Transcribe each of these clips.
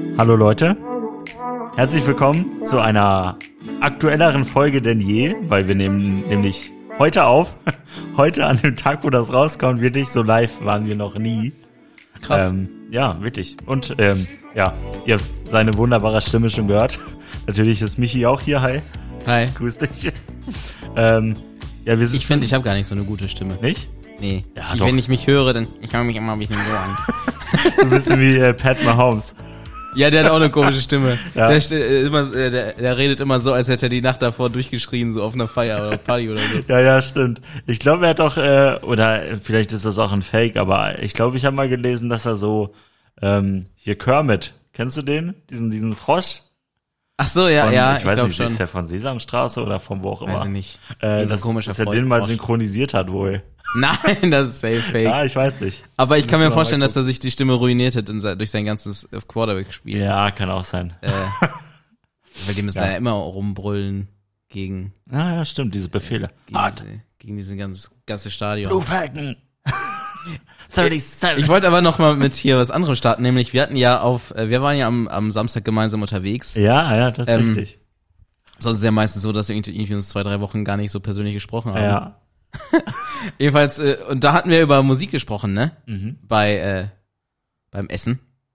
Hallo Leute, herzlich willkommen zu einer aktuelleren Folge denn je, weil wir nehmen nämlich heute auf, heute an dem Tag, wo das rauskommt, wirklich so live waren wir noch nie. Krass. Ja, wirklich. Und ja, ihr habt seine wunderbare Stimme schon gehört. Natürlich ist Michi auch hier, hi. Hi. Grüß dich. Ja, wir sind Ich finde, ich habe gar nicht so eine gute Stimme. Nicht? Nee. Ja, doch. Wenn ich mich höre, dann ich höre mich immer ein bisschen so an. So ein bisschen wie Pat Mahomes. Ja, der hat auch eine komische Stimme. Ja. Der redet immer so, als hätte er die Nacht davor durchgeschrien, so auf einer Feier oder Party oder so. Ja, stimmt. Ich glaube, er hat auch, oder vielleicht ist das auch ein Fake, aber ich glaube, ich habe mal gelesen, dass er so, hier Kermit, kennst du den? Diesen Frosch? Ach so, ja, Von, ja, ich weiß glaube nicht, schon. ist der von Sesamstraße oder von wo auch immer? Weiß ich nicht. So Dass, ein komischer dass er den mal Frosch. synchronisiert hat wohl. Nein, das ist safe fake. Ja, ich weiß nicht. Aber ich kann mir Müssen wir vorstellen, mal dass er sich die Stimme ruiniert hat durch sein ganzes Quarterback-Spiel. Ja, kann auch sein. Weil die müssen Ja. ja immer rumbrüllen gegen Ja, stimmt, diese Befehle. gegen diese ganze Stadion. Blue Falcon. 37. Ich wollte aber noch mal mit hier was anderem starten, nämlich wir waren ja am Samstag gemeinsam unterwegs. Ja, tatsächlich. Sonst ist es ja meistens so, dass wir irgendwie uns 2-3 Wochen gar nicht so persönlich gesprochen haben. Ja. Jedenfalls, und da hatten wir über Musik gesprochen, ne? Mhm. Beim Essen.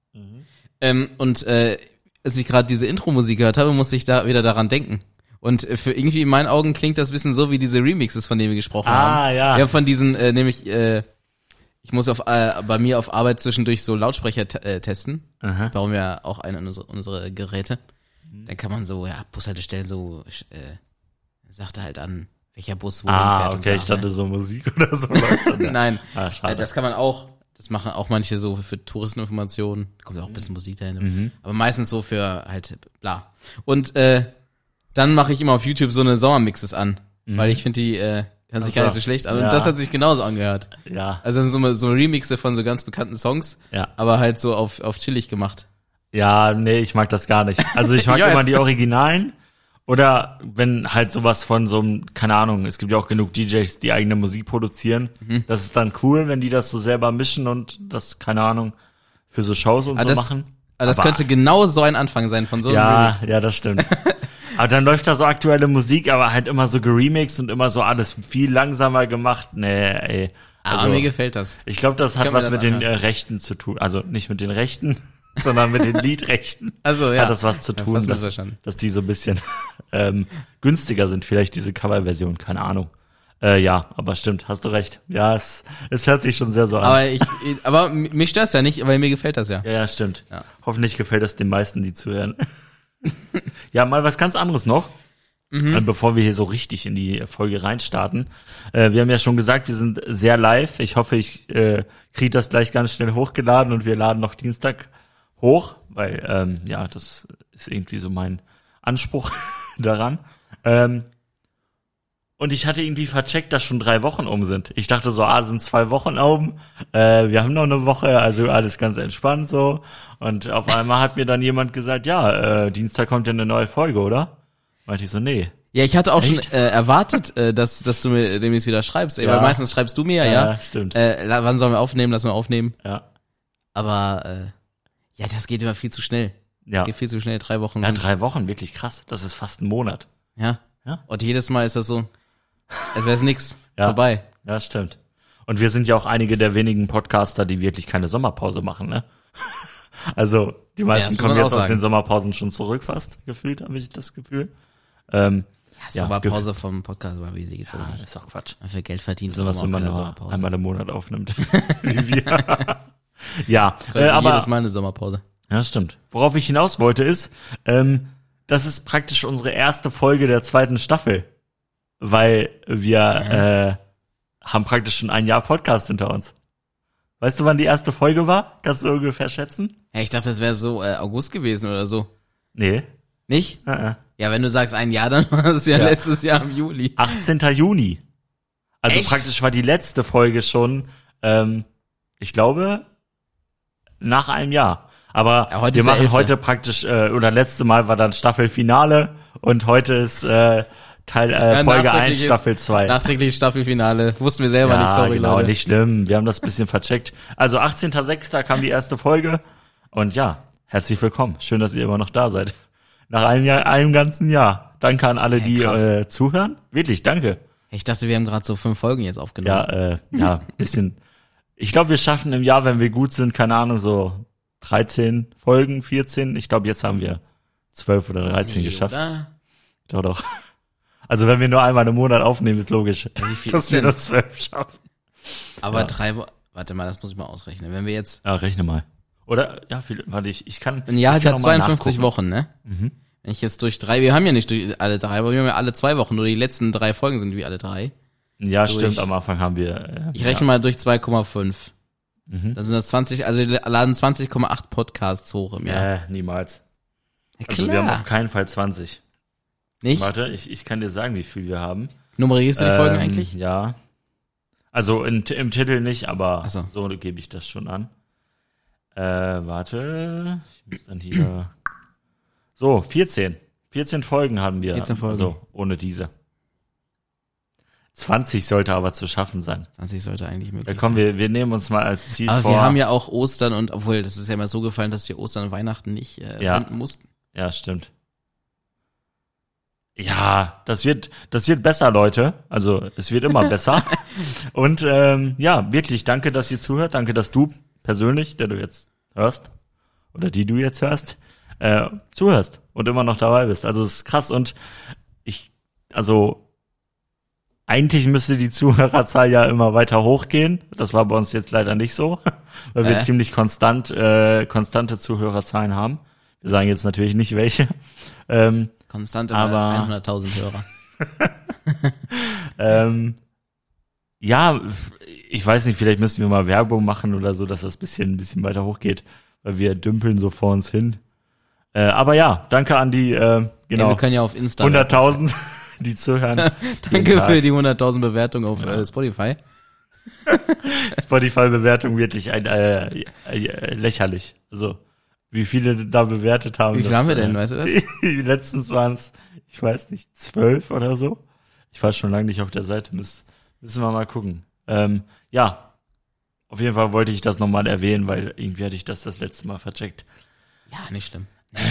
Und als ich gerade diese Intro-Musik gehört habe, musste ich da wieder daran denken. Und für irgendwie in meinen Augen klingt das ein bisschen so wie diese Remixes, von denen wir gesprochen haben. Ja. Wir haben von diesen, nämlich, ich muss bei mir auf Arbeit zwischendurch so Lautsprecher testen. Aha. Bauen wir auch unsere Geräte. Dann kann man so, Bushaltestellen so, sagt er halt an, welcher Bus wohin fährt. und Okay, bla, ich dachte so Musik oder so. läuft dann da. Nein, Schade. das kann man auch, das machen auch manche so für Touristeninformationen, kommt auch ein bisschen Musik dahin, aber meistens so für halt bla. Und dann mache ich immer auf YouTube so eine Sommermixes an, weil ich finde, die hören sich gar nicht so schlecht an. Ja. Und das hat sich genauso angehört. Ja. Also das sind so Remixe von so ganz bekannten Songs, Ja. aber halt so auf chillig gemacht. Ja, nee, ich mag das gar nicht. Also ich mag Ich weiß. immer die Originalen. Oder wenn halt sowas von so einem, keine Ahnung, es gibt ja auch genug DJs, die eigene Musik produzieren. Das ist dann cool, wenn die das so selber mischen und das, keine Ahnung, für so Shows und so das, machen. Aber das könnte genau so ein Anfang sein von so einem Remix. Ja, das stimmt. Aber dann läuft da so aktuelle Musik, aber halt immer so geremixed und immer so alles viel langsamer gemacht. Nee, ey. Aber mir gefällt das. Ich glaube, das hat Können wir was das mit den anhören? Rechten zu tun. Also nicht mit den Rechten, sondern mit den Liedrechten. Also ja. Hat das was zu Ja, tun, fast missverstanden. dass die so ein bisschen günstiger sind, vielleicht diese Coverversion, keine Ahnung. Ja, aber stimmt, hast du recht. Ja, es hört sich schon sehr so an. Aber mich stört's ja nicht, weil mir gefällt das ja. Ja, stimmt. Ja. Hoffentlich gefällt das den meisten, die zuhören. Ja, mal was ganz anderes noch. Bevor wir hier so richtig in die Folge reinstarten. Wir haben ja schon gesagt, wir sind sehr live. Ich hoffe, ich kriege das gleich ganz schnell hochgeladen und wir laden noch Dienstag hoch, weil ja, das ist irgendwie so mein Anspruch daran. Und ich hatte irgendwie vercheckt, dass schon 3 Wochen um sind. Ich dachte so, sind 2 Wochen um. Wir haben noch eine Woche, also alles ganz entspannt so. Und auf einmal hat mir dann jemand gesagt, ja, Dienstag kommt ja eine neue Folge, oder? Meinte ich so, nee. Ja, ich hatte auch Echt? schon erwartet, dass du mir demnächst wieder schreibst. Ey, Ja. weil meistens schreibst du mir ja. Stimmt. Wann sollen wir aufnehmen? Lass mal aufnehmen. Ja. Aber ja, das geht immer viel zu schnell. Ja. Geht viel zu schnell. 3 Wochen. Ja, 3 Wochen, wirklich krass. Das ist fast ein Monat. Ja. Ja. Und jedes Mal ist das so, als wäre es nix. Ja. Vorbei. Ja, stimmt. Und wir sind ja auch einige der wenigen Podcaster, die wirklich keine Sommerpause machen, ne? Also, die meisten das muss kommen man jetzt auch aus sagen. den Sommerpausen schon zurück fast, gefühlt, habe ich das Gefühl. Ja, Ja, Sommerpause vom Podcast, aber wie sie geht's auch Ja, nicht. ist auch Quatsch. Einfach Geld verdienen. Besonders wenn braucht man keiner nur Sommerpause. einmal im Monat aufnimmt. Wie wir. Ja, Quasi aber jedes Mal eine Sommerpause. ja, stimmt. Worauf ich hinaus wollte ist, das ist praktisch unsere erste Folge der 2. Staffel, weil wir haben praktisch schon ein Jahr Podcast hinter uns. Weißt du, wann die erste Folge war? Kannst du ungefähr schätzen? Ja, ich dachte, das wäre so August gewesen oder so. Nee. Nicht? Ja, Ja, wenn du sagst ein Jahr, dann war es ja letztes Jahr im Juli. 18. Juni. Also Echt? praktisch war die letzte Folge schon, ich glaube, nach einem Jahr. Aber Ja, heute wir ist der machen 11.. heute praktisch, oder letzte Mal war dann Staffelfinale und heute ist Folge 1, nachträglich ist- Staffel 2. Nachträglich Staffelfinale. Wussten wir selber nicht, sorry, genau, Leute. nicht schlimm. Wir haben das bisschen vercheckt. Also 18.06. kam die erste Folge und ja, herzlich willkommen. Schön, dass ihr immer noch da seid. Nach einem ganzen Jahr. Danke an alle, die zuhören. Wirklich, danke. Ich dachte, wir haben gerade so 5 Folgen jetzt aufgenommen. Ja, bisschen. Ich glaube, wir schaffen im Jahr, wenn wir gut sind, keine Ahnung, so 13 Folgen, 14. Ich glaube, jetzt haben wir 12 oder 13 geschafft. Oder? Doch. Also wenn wir nur einmal im Monat aufnehmen, ist logisch, dass wir nur 12 schaffen. Aber 3 Wochen, warte mal, das muss ich mal ausrechnen. Wenn wir jetzt... Ja, rechne mal. Oder, ja, warte, ich kann... Ein Jahr hat ja 52 Wochen, ne? Mhm. Wenn ich jetzt durch 3, wir haben ja nicht durch alle 3, aber wir haben ja alle 2 Wochen, nur die letzten 3 Folgen sind wie alle 3. Ja, stimmt, am Anfang haben wir... ich rechne mal durch 2,5. Mhm. Dann sind das 20, also wir laden 20,8 Podcasts hoch im Jahr. Niemals. Ja, also wir haben auf keinen Fall 20. Nicht? Warte, ich kann dir sagen, wie viel wir haben. Nummerierst du die Folgen eigentlich? Ja. Also im Titel nicht, aber so gebe ich das schon an. Warte, ich muss dann hier... So, 14. 14 Folgen haben wir. 14 Folgen. Also ohne diese. 20 sollte aber zu schaffen sein. 20 sollte eigentlich möglich sein. Komm, wir nehmen uns mal als Ziel vor. Aber wir haben ja auch Ostern und, obwohl, das ist ja immer so gefallen, dass wir Ostern und Weihnachten nicht senden mussten. Ja, stimmt. Ja, das wird besser, Leute. Also es wird immer besser. Und wirklich, danke, dass ihr zuhört. Danke, dass du persönlich, der du jetzt hörst, oder die du jetzt hörst, zuhörst und immer noch dabei bist. Also es ist krass und eigentlich müsste die Zuhörerzahl ja immer weiter hochgehen. Das war bei uns jetzt leider nicht so, weil wir ziemlich konstante Zuhörerzahlen haben. Wir sagen jetzt natürlich nicht welche. Konstant immer 100.000 Hörer. Ja, ich weiß nicht, vielleicht müssen wir mal Werbung machen oder so, dass das ein bisschen weiter hochgeht, weil wir dümpeln so vor uns hin. Aber ja, danke an die, Ja, wir können ja auf Insta 100.000, die zuhören. Danke für die 100.000 Bewertungen auf Spotify. Spotify-Bewertung wirklich lächerlich. Also, wie viele da bewertet haben. Wie viel haben wir denn, weißt du das? Letztens waren es, ich weiß nicht, 12 oder so. Ich war schon lange nicht auf der Seite, müssen wir mal gucken. Ja, auf jeden Fall wollte ich das nochmal erwähnen, weil irgendwie hatte ich das letzte Mal vercheckt. Ja, nicht schlimm.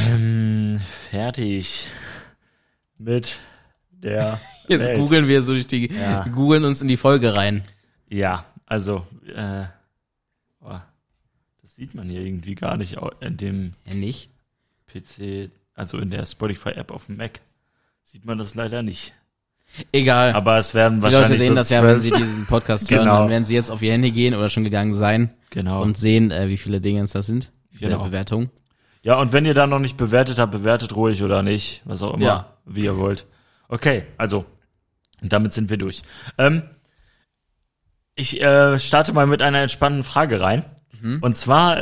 Fertig mit der Jetzt Welt. Googeln wir so durch die, googeln uns in die Folge rein. Ja, also, das sieht man hier irgendwie gar nicht in dem nicht? PC, also in der Spotify-App auf dem Mac. Sieht man das leider nicht. Egal. Aber es werden die wahrscheinlich Leute sehen so das ja, wenn sie diesen Podcast hören, dann werden sie jetzt auf ihr Handy gehen oder schon gegangen sein und sehen, wie viele Dinge es da sind. Wie viele Bewertungen. Ja, und wenn ihr da noch nicht bewertet habt, bewertet ruhig oder nicht, was auch immer, wie ihr wollt. Okay, also, damit sind wir durch. Ich starte mal mit einer entspannenden Frage rein. Mhm. Und zwar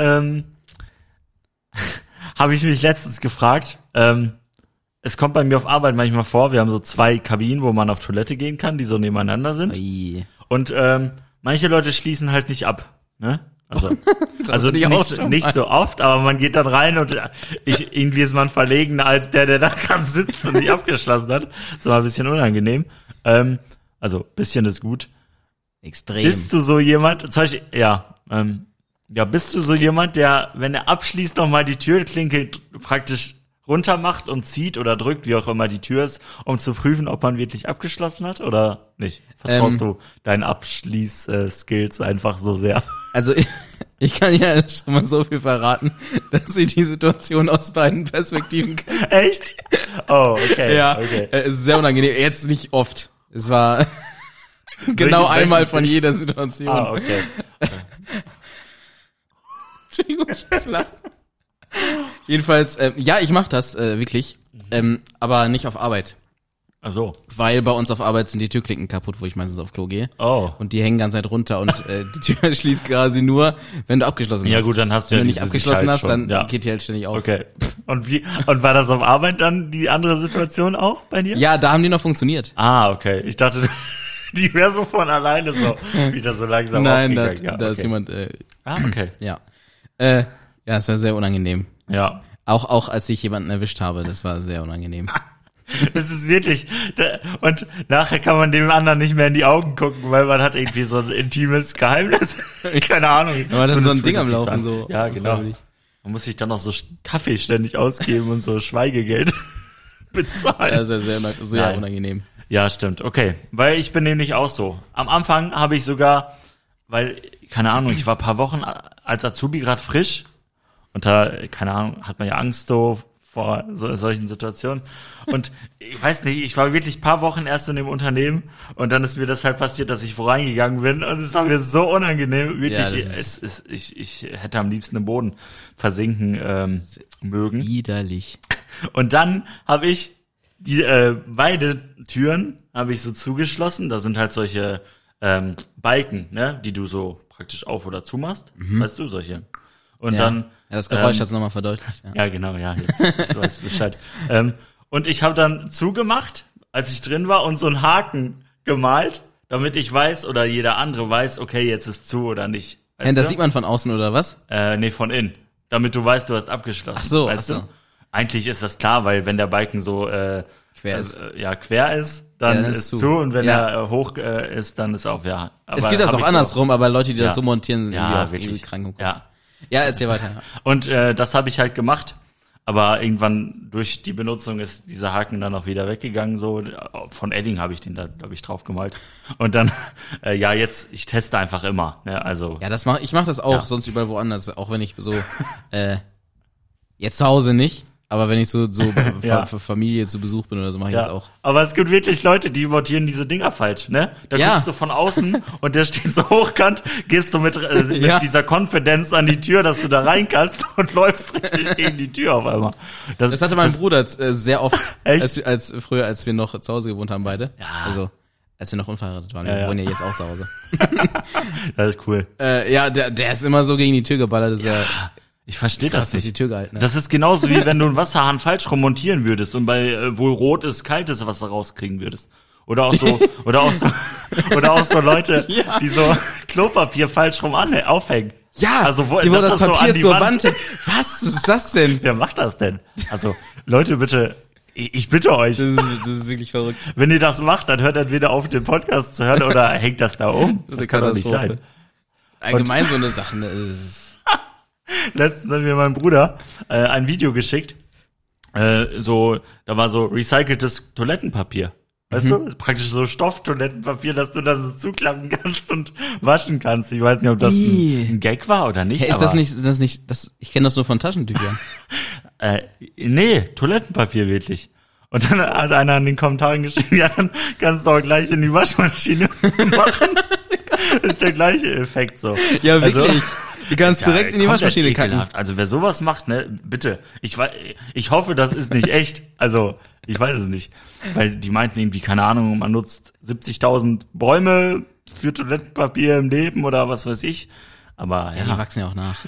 habe ich mich letztens gefragt, es kommt bei mir auf Arbeit manchmal vor, wir haben so 2 Kabinen, wo man auf Toilette gehen kann, die so nebeneinander sind. Ui. Und manche Leute schließen halt nicht ab, ne? Also nicht so oft, aber man geht dann rein und irgendwie ist man verlegener als der da gerade sitzt und nicht abgeschlossen hat. Das war ein bisschen unangenehm. Also bisschen ist gut. Extrem. Bist du so jemand, zum Beispiel, bist du so jemand, der, wenn er abschließt, nochmal die Türklinke praktisch runter macht und zieht oder drückt, wie auch immer die Tür ist, um zu prüfen, ob man wirklich abgeschlossen hat oder nicht? Vertraust du deinen Abschließ-Skills einfach so sehr? Also ich kann ja schon mal so viel verraten, dass ich die Situation aus beiden Perspektiven kenne. Echt? Oh, okay. Ja, okay. Es ist sehr unangenehm. Jetzt nicht oft. Es war genau einmal von jeder Situation. Ah, okay. Entschuldigung, ich muss lachen. Jedenfalls, ich mach das wirklich, aber nicht auf Arbeit. Ach so. Weil bei uns auf Arbeit sind die Türklinken kaputt, wo ich meistens auf Klo gehe. Oh. Und die hängen ganz weit runter und die Tür schließt quasi nur, wenn du abgeschlossen hast. Ja gut, dann hast du wenn ja du nicht abgeschlossen hast, dann geht die halt ständig auf. Okay. Und war das auf Arbeit dann die andere Situation auch bei dir? Ja, da haben die noch funktioniert. Ah, okay. Ich dachte, die wäre so von alleine so wieder so langsam aufgegangen. Nein, da ist jemand. Okay. Ja. Es war sehr unangenehm. Ja. Auch als ich jemanden erwischt habe, das war sehr unangenehm. Es ist wirklich, und nachher kann man dem anderen nicht mehr in die Augen gucken, weil man hat irgendwie so ein intimes Geheimnis. Keine Ahnung. Man hat dann so ein Ding am Laufen, so. Ja, genau. Man muss sich dann noch so Kaffee ständig ausgeben und so Schweigegeld bezahlen. Das ist ja sehr unangenehm. Ja, stimmt. Okay, weil ich bin nämlich auch so. Am Anfang habe ich sogar, weil, keine Ahnung, ich war ein paar Wochen als Azubi gerade frisch und da, keine Ahnung, hat man ja Angst so vor solchen Situationen. Und ich weiß nicht, ich war wirklich ein paar Wochen erst in dem Unternehmen und dann ist mir das halt passiert, dass ich voreingegangen bin und es war mir so unangenehm. Wirklich, ja, ich hätte am liebsten im Boden versinken mögen. Widerlich. Und dann habe ich die beide Türen habe ich so zugeschlossen. Da sind halt solche Balken, ne, die du so praktisch auf oder zumachst. Weißt du, solche. Und dann ja, das Geräusch hat's nochmal verdeutlicht. Ja, genau, ja, jetzt weißt du Bescheid. Und ich habe dann zugemacht, als ich drin war, und so einen Haken gemalt, damit ich weiß oder jeder andere weiß, okay, jetzt ist zu oder nicht. Ja, das sieht man von außen oder was? Nee, von innen. Damit du weißt, du hast abgeschlossen. Ach so, weißt du? Eigentlich ist das klar, weil wenn der Balken so quer ist, dann ist zu. Und wenn er hoch ist, dann ist auch, ja. Aber es geht das auch andersrum, aber Leute, die das so montieren, sind wirklich krank im Kopf. Ja, erzähl weiter. Und das habe ich halt gemacht, aber irgendwann durch die Benutzung ist dieser Haken dann auch wieder weggegangen. So von Edding habe ich den da, glaube ich, drauf gemalt. Und dann, jetzt, ich teste einfach immer. Ne? Also ja, ich mache das auch, sonst überall woanders, auch wenn ich so jetzt zu Hause nicht. Aber wenn ich so für Familie zu Besuch bin oder so, mache ich das auch. Aber es gibt wirklich Leute, die montieren diese Dinger falsch, ne? Da guckst du von außen und der steht so hochkant, gehst du mit dieser Confidence an die Tür, dass du da rein kannst und läufst richtig gegen die Tür auf einmal. Das hatte mein Bruder sehr oft, als wir noch zu Hause gewohnt haben beide. Ja. Also, als wir noch unverheiratet waren. Wir wohnen ja jetzt auch zu Hause. Das ist cool. Der ist immer so gegen die Tür geballert, dass er... Ich verstehe das nicht. Die Tür gehalten, Das ist genauso wie wenn du einen Wasserhahn falsch rum montieren würdest und bei wo rot ist, kaltes Wasser rauskriegen würdest. Oder auch so Leute, die so Klopapier falsch rum aufhängen. Ja, also wo das Papier zur Wand. Was ist das denn? Wer macht das denn? Also Leute, bitte, ich bitte euch. Das ist wirklich verrückt. Wenn ihr das macht, dann hört entweder auf, den Podcast zu hören oder hängt das da um. Das kann doch nicht sein. Allgemein so eine Sache, Letztens hat mir mein Bruder ein Video geschickt, da war so recyceltes Toilettenpapier. Weißt du? Praktisch so Stofftoilettenpapier, das du dann so zuklappen kannst und waschen kannst. Ich weiß nicht, ob das ein Gag war oder nicht. Hey, ist das nicht, ich kenne das nur von Taschentüchern. Nee, Toilettenpapier wirklich. Und dann hat einer in den Kommentaren geschrieben, ja, dann kannst du auch gleich in die Waschmaschine machen. Ist der gleiche Effekt so. Ja, wirklich. Also, du kannst direkt in die Waschmaschine kacken. Also wer sowas macht, ne, bitte. Ich hoffe, das ist nicht echt. Also, ich weiß es nicht. Weil die meinten irgendwie, keine Ahnung, man nutzt 70.000 Bäume für Toilettenpapier im Leben oder was weiß ich. Aber ja. Die wachsen ja auch nach.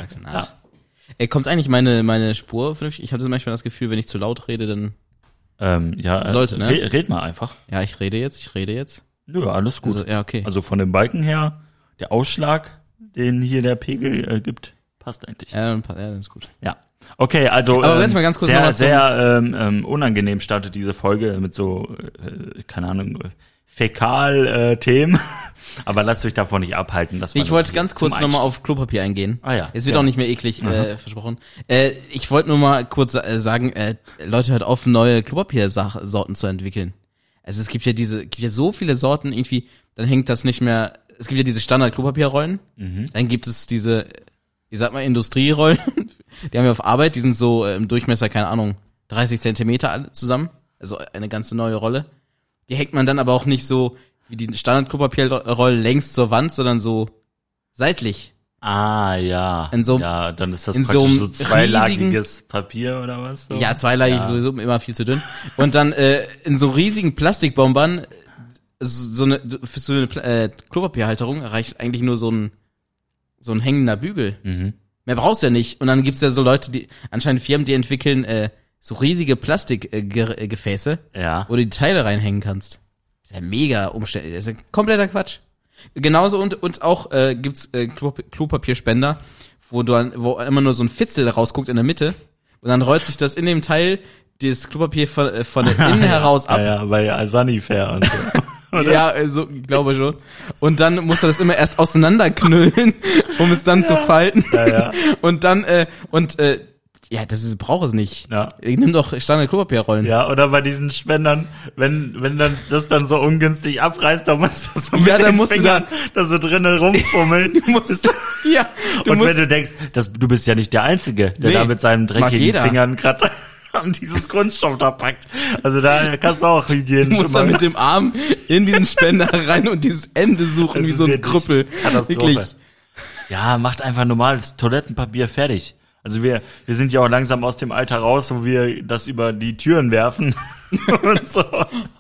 Ja. Kommt eigentlich meine Spur vernünftig? Ich habe manchmal das Gefühl, wenn ich zu laut rede, dann sollte, ne? Red mal einfach. Ja, ich rede jetzt. Ja, alles gut. Also, ja, okay. Also von dem Balken her, der Ausschlag, den hier der Pegel gibt, passt eigentlich. Ja, dann ist gut. Ja. Okay, also aber mal ganz kurz sehr unangenehm startet diese Folge mit so, keine Ahnung, Fäkal-Themen. Aber lasst euch davon nicht abhalten. Ich wollte ganz kurz nochmal auf Klopapier eingehen. Ah ja. Es wird auch nicht mehr eklig, versprochen. Ich wollte nur mal kurz sagen, Leute, hört auf, neue Klopapiersorten zu entwickeln. Also es gibt ja so viele Sorten irgendwie, dann hängt das nicht mehr, es gibt ja diese Standard-Klopapierrollen, dann gibt es diese, ich sag mal, Industrierollen, die haben wir auf Arbeit, die sind so im Durchmesser, keine Ahnung, 30 Zentimeter alle zusammen, also eine ganze neue Rolle. Die hängt man dann aber auch nicht so wie die Standard-Klopapierrolle längs zur Wand, sondern so seitlich. Ah, ja. Ja, dann ist das in praktisch so zweilagiges Papier oder was? So? Ja, zweilagig sowieso immer viel zu dünn. Und dann in so riesigen Plastikbombern so eine Klopapierhalterung reicht eigentlich nur so ein hängender Bügel. Mehr brauchst du ja nicht. Und dann gibt's ja so Leute, die anscheinend Firmen, die entwickeln so riesige Plastikgefäße, wo du die Teile reinhängen kannst. Das ist ja mega umständlich. Das ist ja kompletter Quatsch. Genauso und auch gibt's Klopapierspender, wo immer nur so ein Fitzel rausguckt in der Mitte und dann rollt sich das in dem Teil das Klopapier von innen heraus ab. Ja, bei Sanifair und so. oder? Ja, so, ich glaube schon. Und dann musst du das immer erst auseinanderknüllen, um es dann zu falten. Ja. Und dann, ja, braucht es nicht. Ja. Nimm doch Standard-Klopapierrollen. Ja, oder bei diesen Spendern, wenn dann das dann so ungünstig abreißt, dann musst du so mit dann den musst du Fingern da so drinnen rumfummeln. Und wenn du denkst, du bist ja nicht der Einzige, der da mit seinen dreckigen Fingern gerade an dieses Kunststoff da packt. Also da kannst du auch hygienisch. Du musst dann mit dem Arm in diesen Spender rein und dieses Ende suchen, wie so ein Krüppel. Wirklich. Ja, macht einfach normales Toilettenpapier fertig. Also wir sind ja auch langsam aus dem Alter raus, wo wir das über die Türen werfen und so.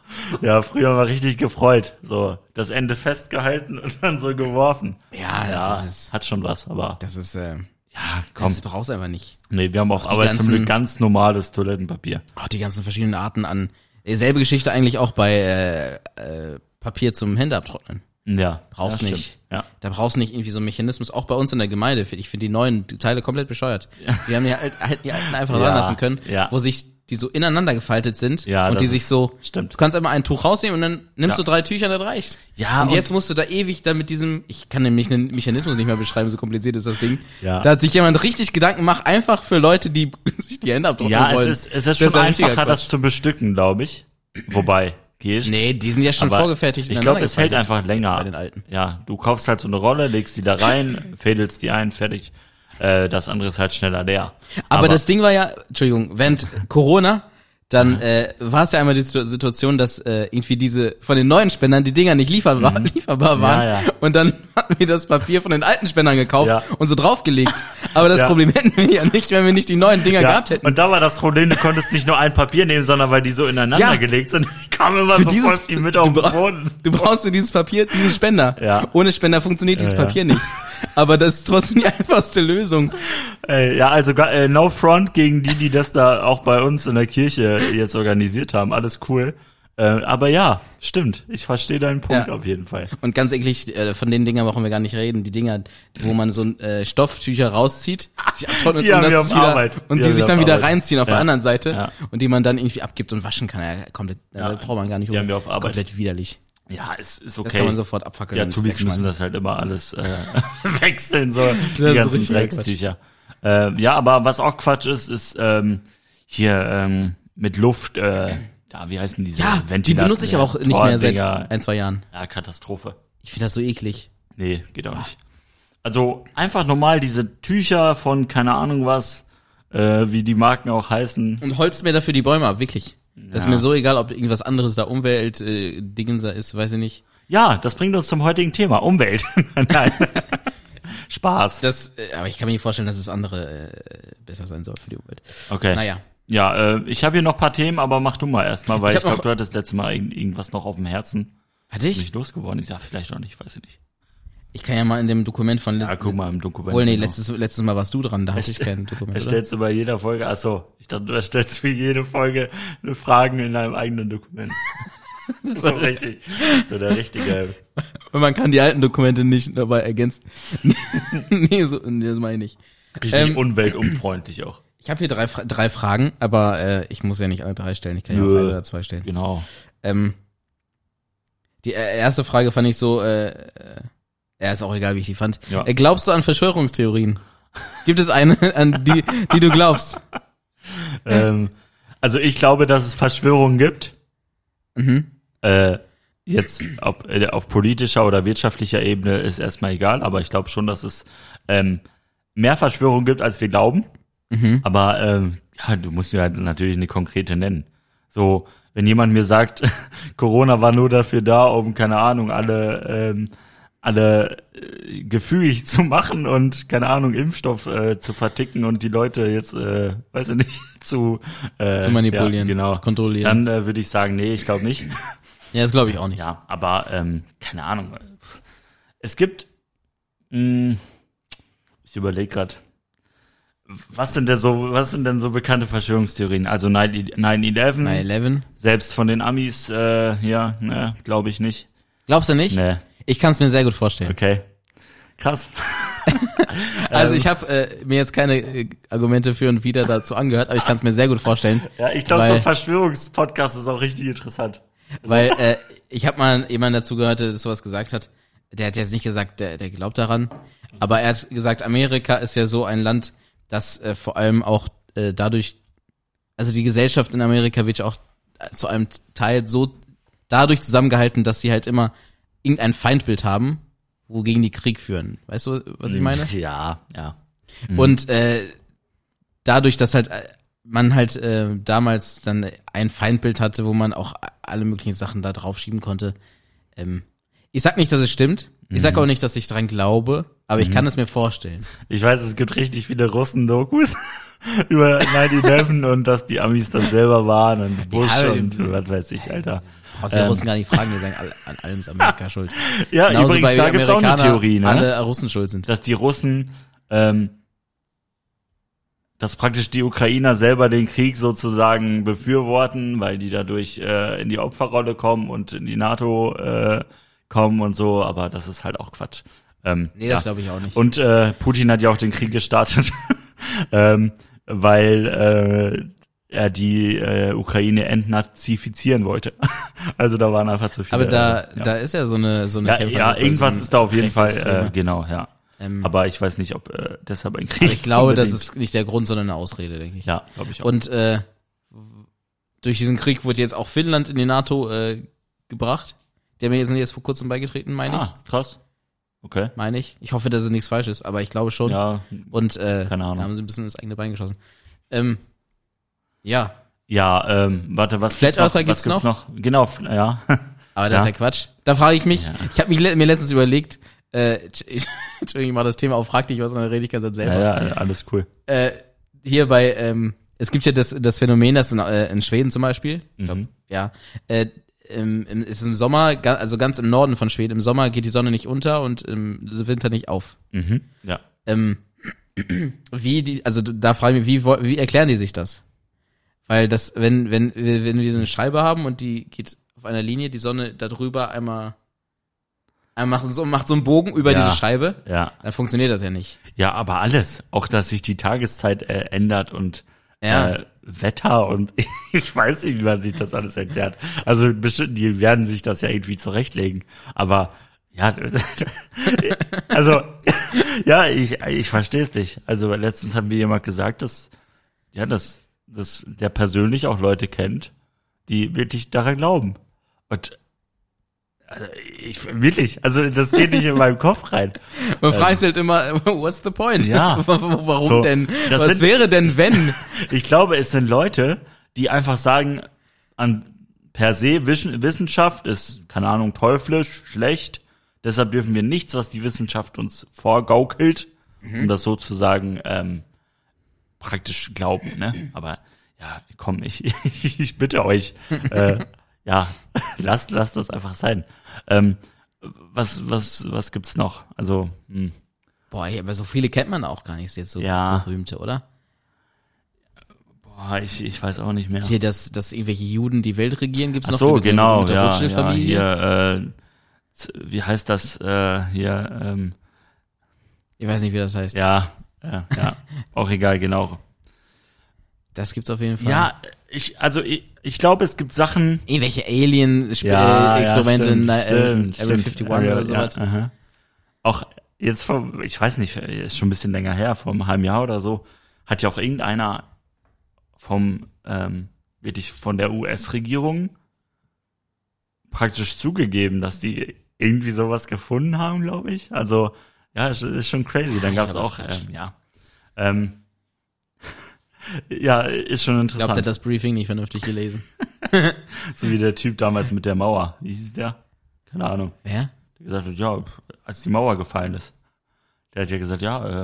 Ja, früher war richtig gefreut. So, das Ende festgehalten und dann so geworfen. Ja, hat schon was, aber. Das ist, ja, komm. Das brauchst du einfach nicht. Nee, wir haben auf Arbeit zum Glück ganz normales Toilettenpapier. Auch die ganzen verschiedenen Arten an. Selbe Geschichte eigentlich auch bei Papier zum Hände abtrocknen. Ja. Brauchst nicht. Stimmt. Ja. Da brauchst nicht irgendwie so einen Mechanismus. Auch bei uns in der Gemeinde. Ich finde die neuen Teile komplett bescheuert. Ja. Wir haben die alten einfach dran lassen können, wo sich die so ineinander gefaltet sind und die sich so. Stimmt. Du kannst immer ein Tuch rausnehmen und dann nimmst du 3 Tücher, das reicht. Ja. Und jetzt musst du da ewig da mit diesem. Ich kann nämlich einen Mechanismus nicht mehr beschreiben, so kompliziert ist das Ding. Ja. Da hat sich jemand richtig Gedanken gemacht, einfach für Leute, die sich die Hände abtrocknen wollen. Ja, es ist schon einfacher, das zu bestücken, glaube ich. Wobei. Nee, die sind ja schon vorgefertigt. Ich glaube, es hält einfach länger. Bei den alten. Ja, du kaufst halt so eine Rolle, legst die da rein, fädelst die ein, fertig. Das andere ist halt schneller leer. Aber das Ding war ja, Entschuldigung, während Corona, dann war es ja einmal die Situation, dass irgendwie diese von den neuen Spendern die Dinger nicht lieferbar waren. Ja. Und dann hatten wir das Papier von den alten Spendern gekauft und so draufgelegt. Aber das Problem hätten wir ja nicht, wenn wir nicht die neuen Dinger gehabt hätten. Und da war das Problem, du konntest nicht nur ein Papier nehmen, sondern weil die so ineinander gelegt sind, kam immer so voll viel mit auf den Boden. Du brauchst für dieses Papier diesen Spender. Ja. Ohne Spender funktioniert dieses Papier nicht. Aber das ist trotzdem die einfachste Lösung. Ja, also no front gegen die das da auch bei uns in der Kirche jetzt organisiert haben. Alles cool. Aber ja, stimmt. Ich verstehe deinen Punkt auf jeden Fall. Und ganz eklig, von den Dingern brauchen wir gar nicht reden. Die Dinger, wo man so Stofftücher rauszieht, sich abtrocknet die und das auf Arbeit. Und die sich dann wieder reinziehen auf der anderen Seite und die man dann irgendwie abgibt und waschen kann. Ja, komplett, braucht man gar nicht. Die haben wir auf Arbeit. Komplett widerlich. Ja, es ist okay. Das kann man sofort abfackeln. Ja, Zubis müssen das halt immer alles wechseln, so die ganzen Dreckstücher. Ja, aber was auch Quatsch ist hier mit Luft, wie heißen diese Ventilator? Die benutze ich aber auch nicht mehr seit 1-2 Jahren. Ja, Katastrophe. Ich finde das so eklig. Nee, geht auch nicht. Also einfach normal diese Tücher von keine Ahnung was, wie die Marken auch heißen. Und holst mir dafür die Bäume ab, wirklich. Das ist mir so egal, ob irgendwas anderes da Umwelt-Dingens ist, weiß ich nicht. Ja, das bringt uns zum heutigen Thema, Umwelt. Nein. Spaß. Aber ich kann mir nicht vorstellen, dass das andere besser sein soll für die Umwelt. Okay. Naja. Ja, ich habe hier noch ein paar Themen, aber mach du mal erstmal, weil ich glaube, du hattest letztes Mal irgendwas noch auf dem Herzen. Hatte ich? Nicht losgeworden ist. Ja, vielleicht auch nicht, weiß ich nicht. Ich kann ja mal in dem Dokument von... Ja, guck mal im Dokument. Nee, letztes Mal warst du dran, da hatte ich kein Dokument, Erstellst du bei jeder Folge, ich dachte, du erstellst für jede Folge Fragen in deinem eigenen Dokument. Das ist richtig. So der richtige. Und man kann die alten Dokumente nicht dabei ergänzen. Nee, das meine ich nicht. Richtig umweltunfreundlich auch. Ich habe hier drei Fragen, aber ich muss ja nicht alle 3 stellen. Ich kann ja auch 1 oder 2 stellen. Genau. Die erste Frage fand ich so... ist auch egal, wie ich die fand. Ja. Glaubst du an Verschwörungstheorien? Gibt es eine, an die du glaubst? Also ich glaube, dass es Verschwörungen gibt. Mhm. Jetzt ob auf politischer oder wirtschaftlicher Ebene ist erstmal egal, aber ich glaube schon, dass es mehr Verschwörungen gibt, als wir glauben. Mhm. Aber du musst mir halt natürlich eine konkrete nennen. So, wenn jemand mir sagt, Corona war nur dafür da, um, keine Ahnung, alle gefügig zu machen und, keine Ahnung, Impfstoff zu verticken und die Leute jetzt, weiß ich nicht, zu manipulieren, genau, zu kontrollieren. Dann würde ich sagen, nee, ich glaube nicht. Ja, das glaube ich auch nicht. Ja, aber keine Ahnung. Es gibt, ich überlege gerade, was sind denn so bekannte Verschwörungstheorien? Also 9/11. Selbst von den Amis, glaube ich nicht. Glaubst du nicht? Nee. Ich kann es mir sehr gut vorstellen. Okay. Krass. Also ich habe mir jetzt keine Argumente für und wider dazu angehört, aber ich kann es mir sehr gut vorstellen. Ja, ich glaube, so ein Verschwörungspodcast ist auch richtig interessant. Weil ich habe mal jemanden dazu gehört, der sowas gesagt hat. Der hat jetzt nicht gesagt, der glaubt daran. Aber er hat gesagt, Amerika ist ja so ein Land, das vor allem auch dadurch, also die Gesellschaft in Amerika wird ja auch zu einem Teil so dadurch zusammengehalten, dass sie halt immer irgendein Feindbild haben, wogegen die Krieg führen. Weißt du, was ich meine? Ja. Und dadurch, dass halt man halt damals dann ein Feindbild hatte, wo man auch alle möglichen Sachen da drauf schieben konnte. Ich sag nicht, dass es stimmt. Ich sag auch nicht, dass ich dran glaube, aber ich kann es mir vorstellen. Ich weiß, es gibt richtig viele Russen-Dokus über 9/11 und dass die Amis das selber waren und Bush und was weiß ich, Alter. Brauchst die Russen gar nicht fragen, die sagen, an allem ist Amerika schuld. Ja, genauso übrigens, da gibt's auch eine Theorie, ne? Alle Russen schuld sind. Dass die Russen, dass praktisch die Ukrainer selber den Krieg sozusagen befürworten, weil die dadurch in die Opferrolle kommen und in die NATO kommen und so, aber das ist halt auch Quatsch. Nee, das glaube ich auch nicht. Und Putin hat ja auch den Krieg gestartet, weil er die Ukraine entnazifizieren wollte. Also da waren einfach zu viele. Aber da ist ja so eine ja, irgendwas so ist da auf jeden Fall, Rechtsextreme. genau, ja. Aber ich weiß nicht, ob deshalb ein Krieg. Aber ich glaube, unbedingt. das ist nicht der Grund, sondern eine Ausrede, denke ich. Ja, glaube ich auch. Und durch diesen Krieg wurde jetzt auch Finnland in die NATO gebracht. Der mir jetzt vor kurzem beigetreten, meine ich. Krass. Okay. Meine ich. Ich hoffe, dass es nichts falsch ist, aber ich glaube schon. Ja, Und keine Ahnung. da haben sie ein bisschen ins eigene Bein geschossen. Ja. Ja, warte, was Flat Earther gibt's noch? Genau, ja. Aber das ist ja Quatsch. Da frage ich mich, ich habe mir letztens überlegt, Entschuldigung, ich mach das Thema auf, frag dich was und dann rede ich ganz selber. Ja, alles cool. Hier bei, es gibt ja das Phänomen, das in Schweden zum Beispiel, ich glaub, ja, ist im Sommer, also ganz im Norden von Schweden, im Sommer geht die Sonne nicht unter und im Winter nicht auf. Ja. Also da frage ich mich, wie erklären die sich das? Weil das, wenn wir so eine Scheibe haben und die geht auf einer Linie, die Sonne da drüber einmal macht so einen Bogen über diese Scheibe, dann funktioniert das ja nicht. Ja, aber alles. Auch, dass sich die Tageszeit ändert und Wetter und ich weiß nicht, wie man sich das alles erklärt. Also bestimmt, die werden sich das ja irgendwie zurechtlegen. Aber ja, also ja, ich verstehe es nicht. Also letztens hat mir jemand gesagt, dass der persönlich auch Leute kennt, die wirklich daran glauben. Und also das geht nicht in meinem Kopf rein. Man fragt halt immer, what's the point? Ja. Warum So, denn? Was wäre denn, wenn? Ich glaube, es sind Leute, die einfach sagen, per se Wissenschaft ist, keine Ahnung, teuflisch, schlecht. Deshalb dürfen wir nichts, was die Wissenschaft uns vorgaukelt, um das sozusagen praktisch glauben, ne? Aber ja, komm, ich bitte euch, lasst das einfach sein. Was gibt's noch? Also, Boah, aber so viele kennt man auch gar nicht, ist jetzt so berühmte, oder? Boah, ich weiß auch nicht mehr. Hier, dass irgendwelche Juden die Welt regieren, gibt's noch. Ach so, mit genau, der Rothschild-Familie. Hier, wie heißt das hier? Ich weiß nicht, wie das heißt. Ja, auch egal, genau. Das gibt's auf jeden Fall. Ja, ich glaube, es gibt Sachen. Irgendwelche Alien-Experimente in Area 51 oder sowas. Ja, auch jetzt ich weiß nicht, ist schon ein bisschen länger her, vor einem halben Jahr oder so, hat ja auch irgendeiner wirklich von der US-Regierung praktisch zugegeben, dass die irgendwie sowas gefunden haben, glaube ich. Also, ja, ist schon crazy. Dann gab's auch, ja, ist schon interessant. Ich glaube, der hat das Briefing nicht vernünftig gelesen. So wie der Typ damals mit der Mauer. Wie hieß der? Keine Ahnung. Wer? Der gesagt hat, ja, als die Mauer gefallen ist. Der hat ja gesagt,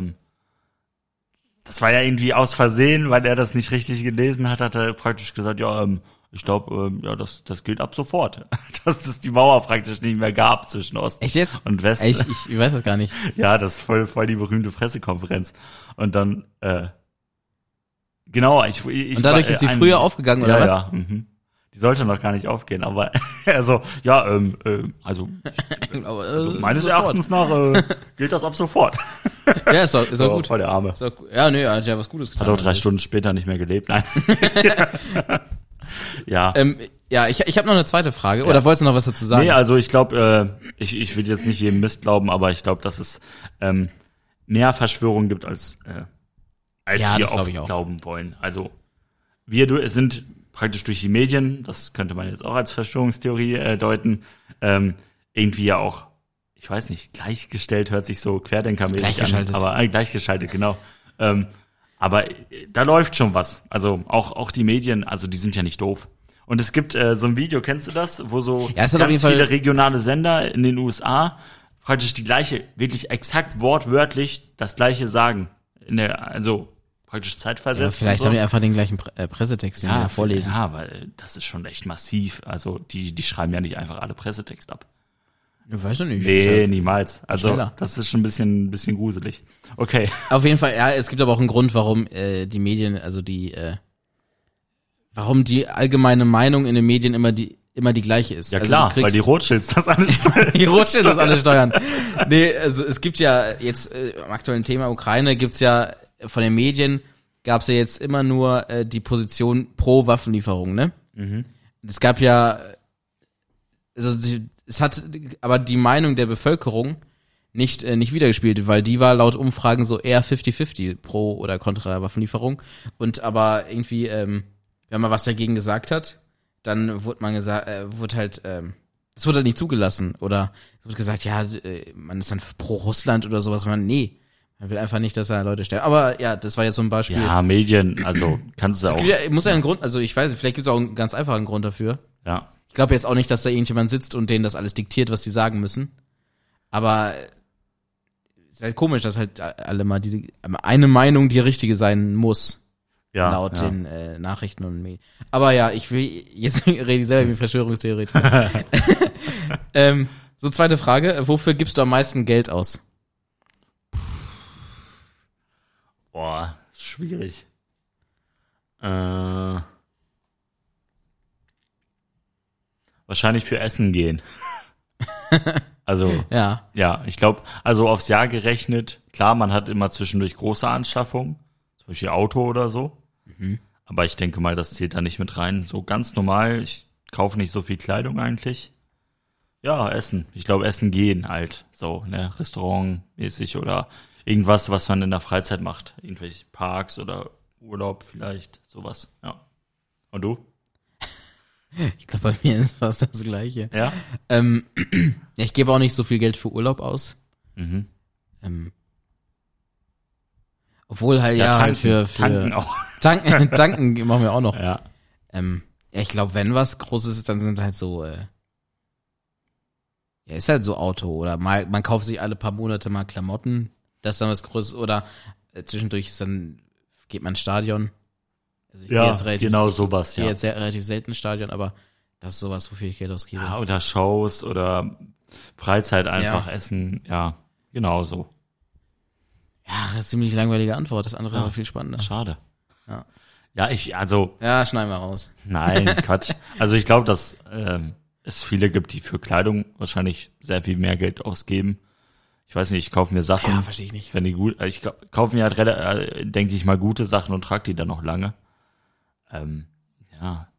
das war ja irgendwie aus Versehen, weil er das nicht richtig gelesen hat, hat er praktisch gesagt, ich glaube, das gilt ab sofort. Dass es die Mauer praktisch nicht mehr gab zwischen Osten Echt jetzt? und Westen. Ich weiß das gar nicht. Ja, das ist voll die berühmte Pressekonferenz. Und dann, genau, und dadurch ist die früher aufgegangen, oder was? Ja, Die sollte noch gar nicht aufgehen, aber also meines Erachtens nach gilt das ab sofort. Ja, ist auch gut. Voll der Arme. Ja, nee, er hat ja was Gutes getan. Hat auch 3 Stunden später nicht mehr gelebt, nein. Ja. Ich habe noch eine zweite Frage. Oder wolltest du noch was dazu sagen? Nee, also ich glaube, ich will jetzt nicht jedem Mist glauben, aber ich glaube, dass es mehr Verschwörungen gibt, als wir auch glauben wollen. Also wir sind praktisch durch die Medien, das könnte man jetzt auch als Verschwörungstheorie deuten, irgendwie ja auch, ich weiß nicht, gleichgestellt hört sich so querdenkermäßig an, aber gleichgeschaltet, genau. Aber da läuft schon was. Also auch die Medien, also die sind ja nicht doof. Und es gibt so ein Video, kennst du das, wo so ganz viele regionale Sender in den USA praktisch die gleiche, wirklich exakt wortwörtlich das gleiche sagen. Also praktisch zeitversetzt. Ja, vielleicht haben die einfach den gleichen Pressetext, den wir vorlesen. Ja, weil das ist schon echt massiv. Also die schreiben ja nicht einfach alle Pressetext ab. Ich weiß ja nicht. Nee, niemals. Also das ist schon ein bisschen gruselig. Okay. Auf jeden Fall, ja, es gibt aber auch einen Grund, warum die Medien, also warum die allgemeine Meinung in den Medien immer die gleiche ist. Ja klar, weil die Rothschilds das alles steuern. Die Rothschilds das alles steuern. Nee, also es gibt ja jetzt im aktuellen Thema Ukraine gibt's ja von den Medien gab's ja jetzt immer nur die Position pro Waffenlieferung, ne? Mhm. Es gab ja es hat aber die Meinung der Bevölkerung nicht wiedergespielt, weil die war laut Umfragen so eher 50-50 pro oder kontra Waffenlieferung. Und aber irgendwie, wenn man was dagegen gesagt hat, dann wurde man gesagt, es wurde halt nicht zugelassen. Oder es wurde gesagt, ja, man ist dann pro Russland oder sowas. Man will einfach nicht, dass da Leute sterben. Aber ja, das war jetzt so ein Beispiel. Ja, Medien, also kannst du auch. Muss ja einen Grund, also ich weiß nicht, vielleicht gibt es auch einen ganz einfachen Grund dafür. Ja. Ich glaube jetzt auch nicht, dass da irgendjemand sitzt und denen das alles diktiert, was die sagen müssen. Aber ist halt komisch, dass halt alle mal eine Meinung die richtige sein muss. Ja, laut den Nachrichten und Medien. Aber ja, jetzt rede ich selber wie Verschwörungstheoretiker. So, zweite Frage. Wofür gibst du am meisten Geld aus? Boah, schwierig. Wahrscheinlich für Essen gehen. Also, ja, ich glaube, also aufs Jahr gerechnet, klar, man hat immer zwischendurch große Anschaffungen, zum Beispiel Auto oder so. Mhm. Aber ich denke mal, das zählt da nicht mit rein. So ganz normal, ich kaufe nicht so viel Kleidung eigentlich. Ja, Essen. Ich glaube, Essen gehen halt. So, ne, Restaurantmäßig oder irgendwas, was man in der Freizeit macht. Irgendwelche Parks oder Urlaub vielleicht, sowas, ja. Und du? Ich glaube, bei mir ist fast das Gleiche. Ja? Ich gebe auch nicht so viel Geld für Urlaub aus. Mhm. Obwohl halt halt für Tanken auch. Tanken machen wir auch noch. Ja. Ich glaube, wenn was Großes ist, dann sind halt so ist halt so Auto oder mal man kauft sich alle paar Monate mal Klamotten, das ist dann was Großes oder zwischendurch geht man ins Stadion. Also genau sowas, ja. Ich gehe jetzt relativ selten ins Stadion, aber das ist sowas, wofür ich Geld ausgebe. Ja, oder Shows oder Freizeit einfach essen, ja, genau so. Ja, das ist eine ziemlich langweilige Antwort, das andere war viel spannender. Schade. Ja. Ja, Ja, schneiden wir raus. Nein, Quatsch. Also ich glaube, dass es viele gibt, die für Kleidung wahrscheinlich sehr viel mehr Geld ausgeben. Ich weiß nicht, ich kaufe mir Sachen. Ja, verstehe ich nicht. Wenn die gut, ich kaufe mir halt denke ich mal, gute Sachen und trage die dann noch lange. Ja.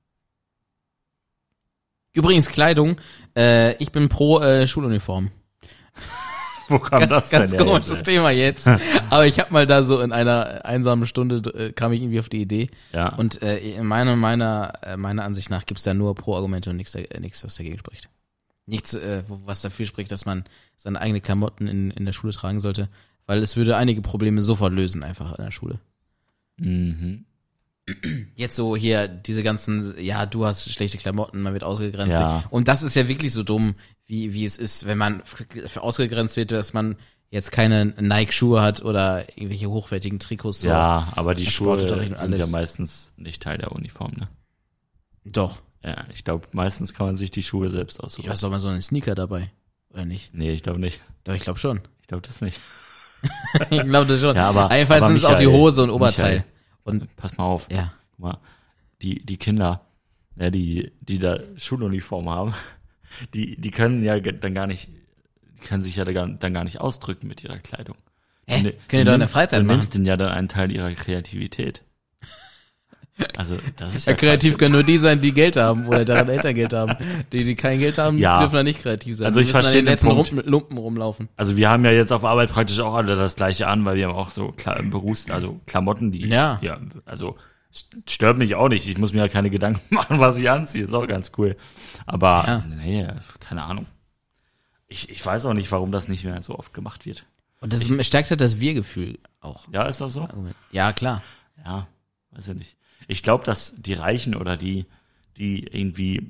Übrigens Kleidung, ich bin pro Schuluniform. Wo kam das denn? Ganz komisches Thema jetzt. Aber ich habe mal da so in einer einsamen Stunde kam ich irgendwie auf die Idee. Ja. Und meiner Ansicht nach gibt's da nur Pro-Argumente und nichts, was dagegen spricht. Nichts, was dafür spricht, dass man seine eigenen Klamotten in der Schule tragen sollte. Weil es würde einige Probleme sofort lösen, einfach in der Schule. Mhm. Jetzt so hier diese ganzen, ja, du hast schlechte Klamotten, man wird ausgegrenzt. Ja. Und das ist ja wirklich so dumm, wie es ist, wenn man für ausgegrenzt wird, dass man jetzt keine Nike-Schuhe hat oder irgendwelche hochwertigen Trikots. So. Ja, aber die Schuhe sind ja meistens nicht Teil der Uniform, ne? Doch. Ja, ich glaube, meistens kann man sich die Schuhe selbst aussuchen. Du hast doch mal so einen Sneaker dabei, oder nicht? Nee, ich glaube nicht. Doch, ich glaube schon. Ich glaube das nicht. Ich glaube das schon. Ja, aber jedenfalls sind es auch die Hose und Oberteil. Michael, und pass mal auf. Ja. Guck mal, die Kinder, ja, die da Schuluniform haben, die können ja dann gar nicht, die können sich ja dann gar nicht ausdrücken mit ihrer Kleidung. Können die doch in der Freizeit machen. Du nimmst denen ja dann einen Teil ihrer Kreativität. Also, das ist Ja, kreativ können nur die sein, die Geld haben oder deren Eltern Geld haben. Die kein Geld haben, Ja. dürfen dann nicht kreativ sein. Also Die ich müssen verstehe an den den letzten Punkt. Mit Lumpen rumlaufen. Also wir haben ja jetzt auf Arbeit praktisch auch alle das Gleiche an, weil wir haben auch so also Klamotten, die, Ja. also stört mich auch nicht. Ich muss mir ja keine Gedanken machen, was ich anziehe. Ist auch ganz cool. Aber, Ja. nee, keine Ahnung. Ich weiß auch nicht, warum das nicht mehr so oft gemacht wird. Und das stärkt halt das Wir-Gefühl auch. Ja, ist das so? Ja, klar. Ja, weiß ich nicht. Ich glaube, dass die Reichen oder die irgendwie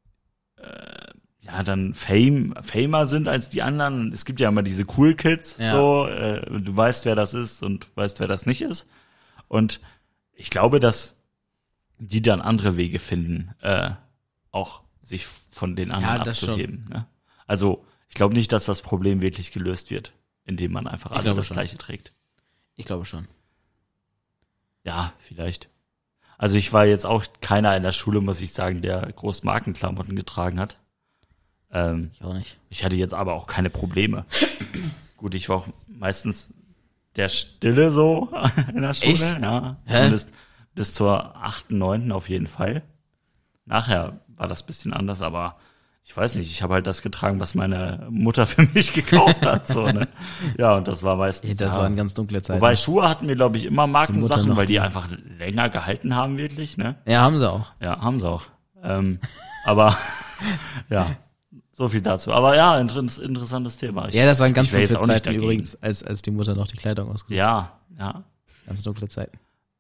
dann Famer sind als die anderen. Es gibt ja immer diese Cool Kids, Ja. so, du weißt, wer das ist und weißt, wer das nicht ist. Und ich glaube, dass die dann andere Wege finden, auch sich von den anderen Ja, das abzuheben. Ne? Also ich glaube nicht, dass das Problem wirklich gelöst wird, indem man einfach alle glaube das schon. Gleiche trägt. Ich glaube schon. Ja, vielleicht. Also ich war jetzt auch keiner in der Schule, muss ich sagen, der groß Markenklamotten getragen hat. Ich auch nicht. Ich hatte jetzt aber auch keine Probleme. Gut, ich war auch meistens der Stille so in der Schule. Echt? Ja, Hä? zumindest bis zur 8., 9. auf jeden Fall. Nachher war das bisschen anders, aber ich weiß nicht, ich habe halt das getragen, was meine Mutter für mich gekauft hat. So, ne? Ja, und das war meistens. Das ja. waren ganz dunkle Zeiten. Wobei Schuhe hatten wir, glaube ich, immer Markensachen, noch weil die die- einfach länger gehalten haben, wirklich, ne? Ja, haben sie auch. Ja, haben sie auch. Aber ja, so viel dazu. Aber ja, interessantes Thema. Ja, das waren ganz ich wär jetzt dunkle auch nicht Zeiten dagegen. übrigens, als die Mutter noch die Kleidung ausgesucht Ja. hat. Ganz dunkle Zeiten.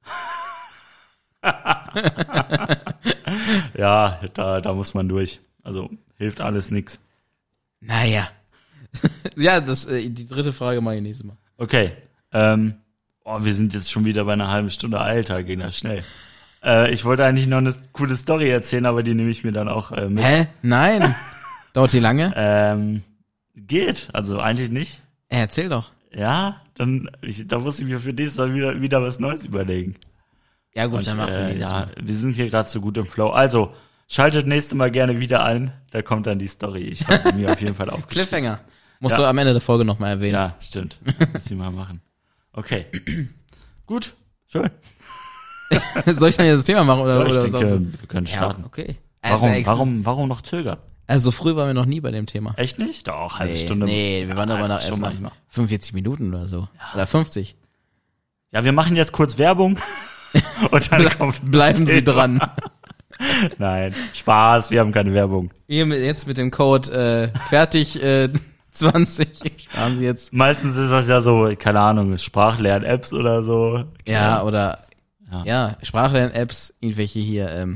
Ja, da muss man durch. Also hilft alles nix. Naja. Ja, die dritte Frage mache ich nächstes Mal. Okay. Wir sind jetzt schon wieder bei einer halben Stunde. Alter, ging das schnell. Ich wollte eigentlich noch eine coole Story erzählen, aber die nehme ich mir dann auch mit. Hä? Nein. Dauert die lange? Geht, also eigentlich nicht. Erzähl doch. Ja, da muss ich mir für nächstes Mal wieder was Neues überlegen. Ja gut, Und, dann mach für nächstes ja, Mal. wir sind hier gerade so gut im Flow. Also, schaltet nächstes Mal gerne wieder ein. Da kommt dann die Story. Ich habe mir auf jeden Fall aufgeschrieben. Cliffhanger. Musst Ja. du am Ende der Folge nochmal erwähnen. Ja, stimmt. Muss ich mal machen. Okay. Gut, schön. Soll ich dann jetzt das Thema machen oder, Ja, ich oder denke, so? wir können starten. Ja, okay. Also, Warum noch zögern? Also so früh waren wir noch nie bei dem Thema. Echt nicht? Doch, halbe Nee, Stunde. nee, wir waren aber noch schon erst nach manchmal. 45 Minuten oder so. Oder 50. Ja, wir machen jetzt kurz Werbung. Und dann kommt Bleiben Sie Thema. dran. Nein, Spaß, wir haben keine Werbung. Jetzt mit dem Code fertig 20 sparen Sie jetzt. Meistens ist das ja so, keine Ahnung, Sprachlern-Apps oder so. Ja, oder Ja. ja, Sprachlern-Apps, irgendwelche hier,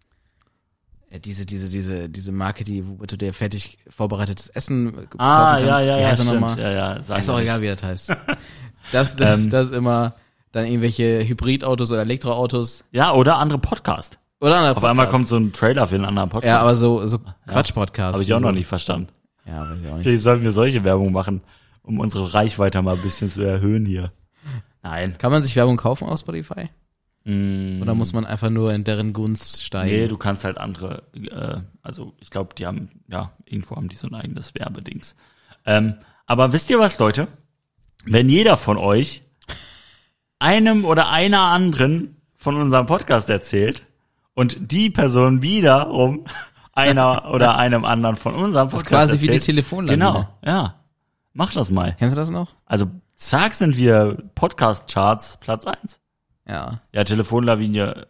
diese Marke, wo du dir fertig vorbereitetes Essen kaufen Ah, kannst. Wie ja, heißt das stimmt. nochmal? Ja, sagen Ist auch wir egal, wie das heißt. Das ist immer dann irgendwelche Hybridautos oder Elektroautos nicht. Ja, oder andere Podcast. oder andere Auf einmal Podcasts. kommt so ein Trailer für einen anderen Podcast. Ja, aber so Quatsch-Podcasts. Habe ich auch so. noch nicht verstanden. Ja, weiß ich auch nicht. Vielleicht sollten wir solche Werbung machen, um unsere Reichweite mal ein bisschen zu erhöhen hier. Nein. Kann man sich Werbung kaufen auf Spotify? Mm, Oder muss man einfach nur in deren Gunst steigen? nee, du kannst halt andere, also ich glaube, die haben, ja, irgendwo haben die so ein eigenes Werbedings. Aber wisst ihr was, Leute? Wenn jeder von euch einem oder einer anderen von unserem Podcast erzählt und die Person wiederum einer oder einem anderen von unserem Das ist Podcast quasi wie die erzählt. Telefonlawine. Genau, ja. Mach das mal. Kennst du das noch? Also, zack, sind wir Podcast-Charts Platz 1. Ja. Ja, Telefonlawine.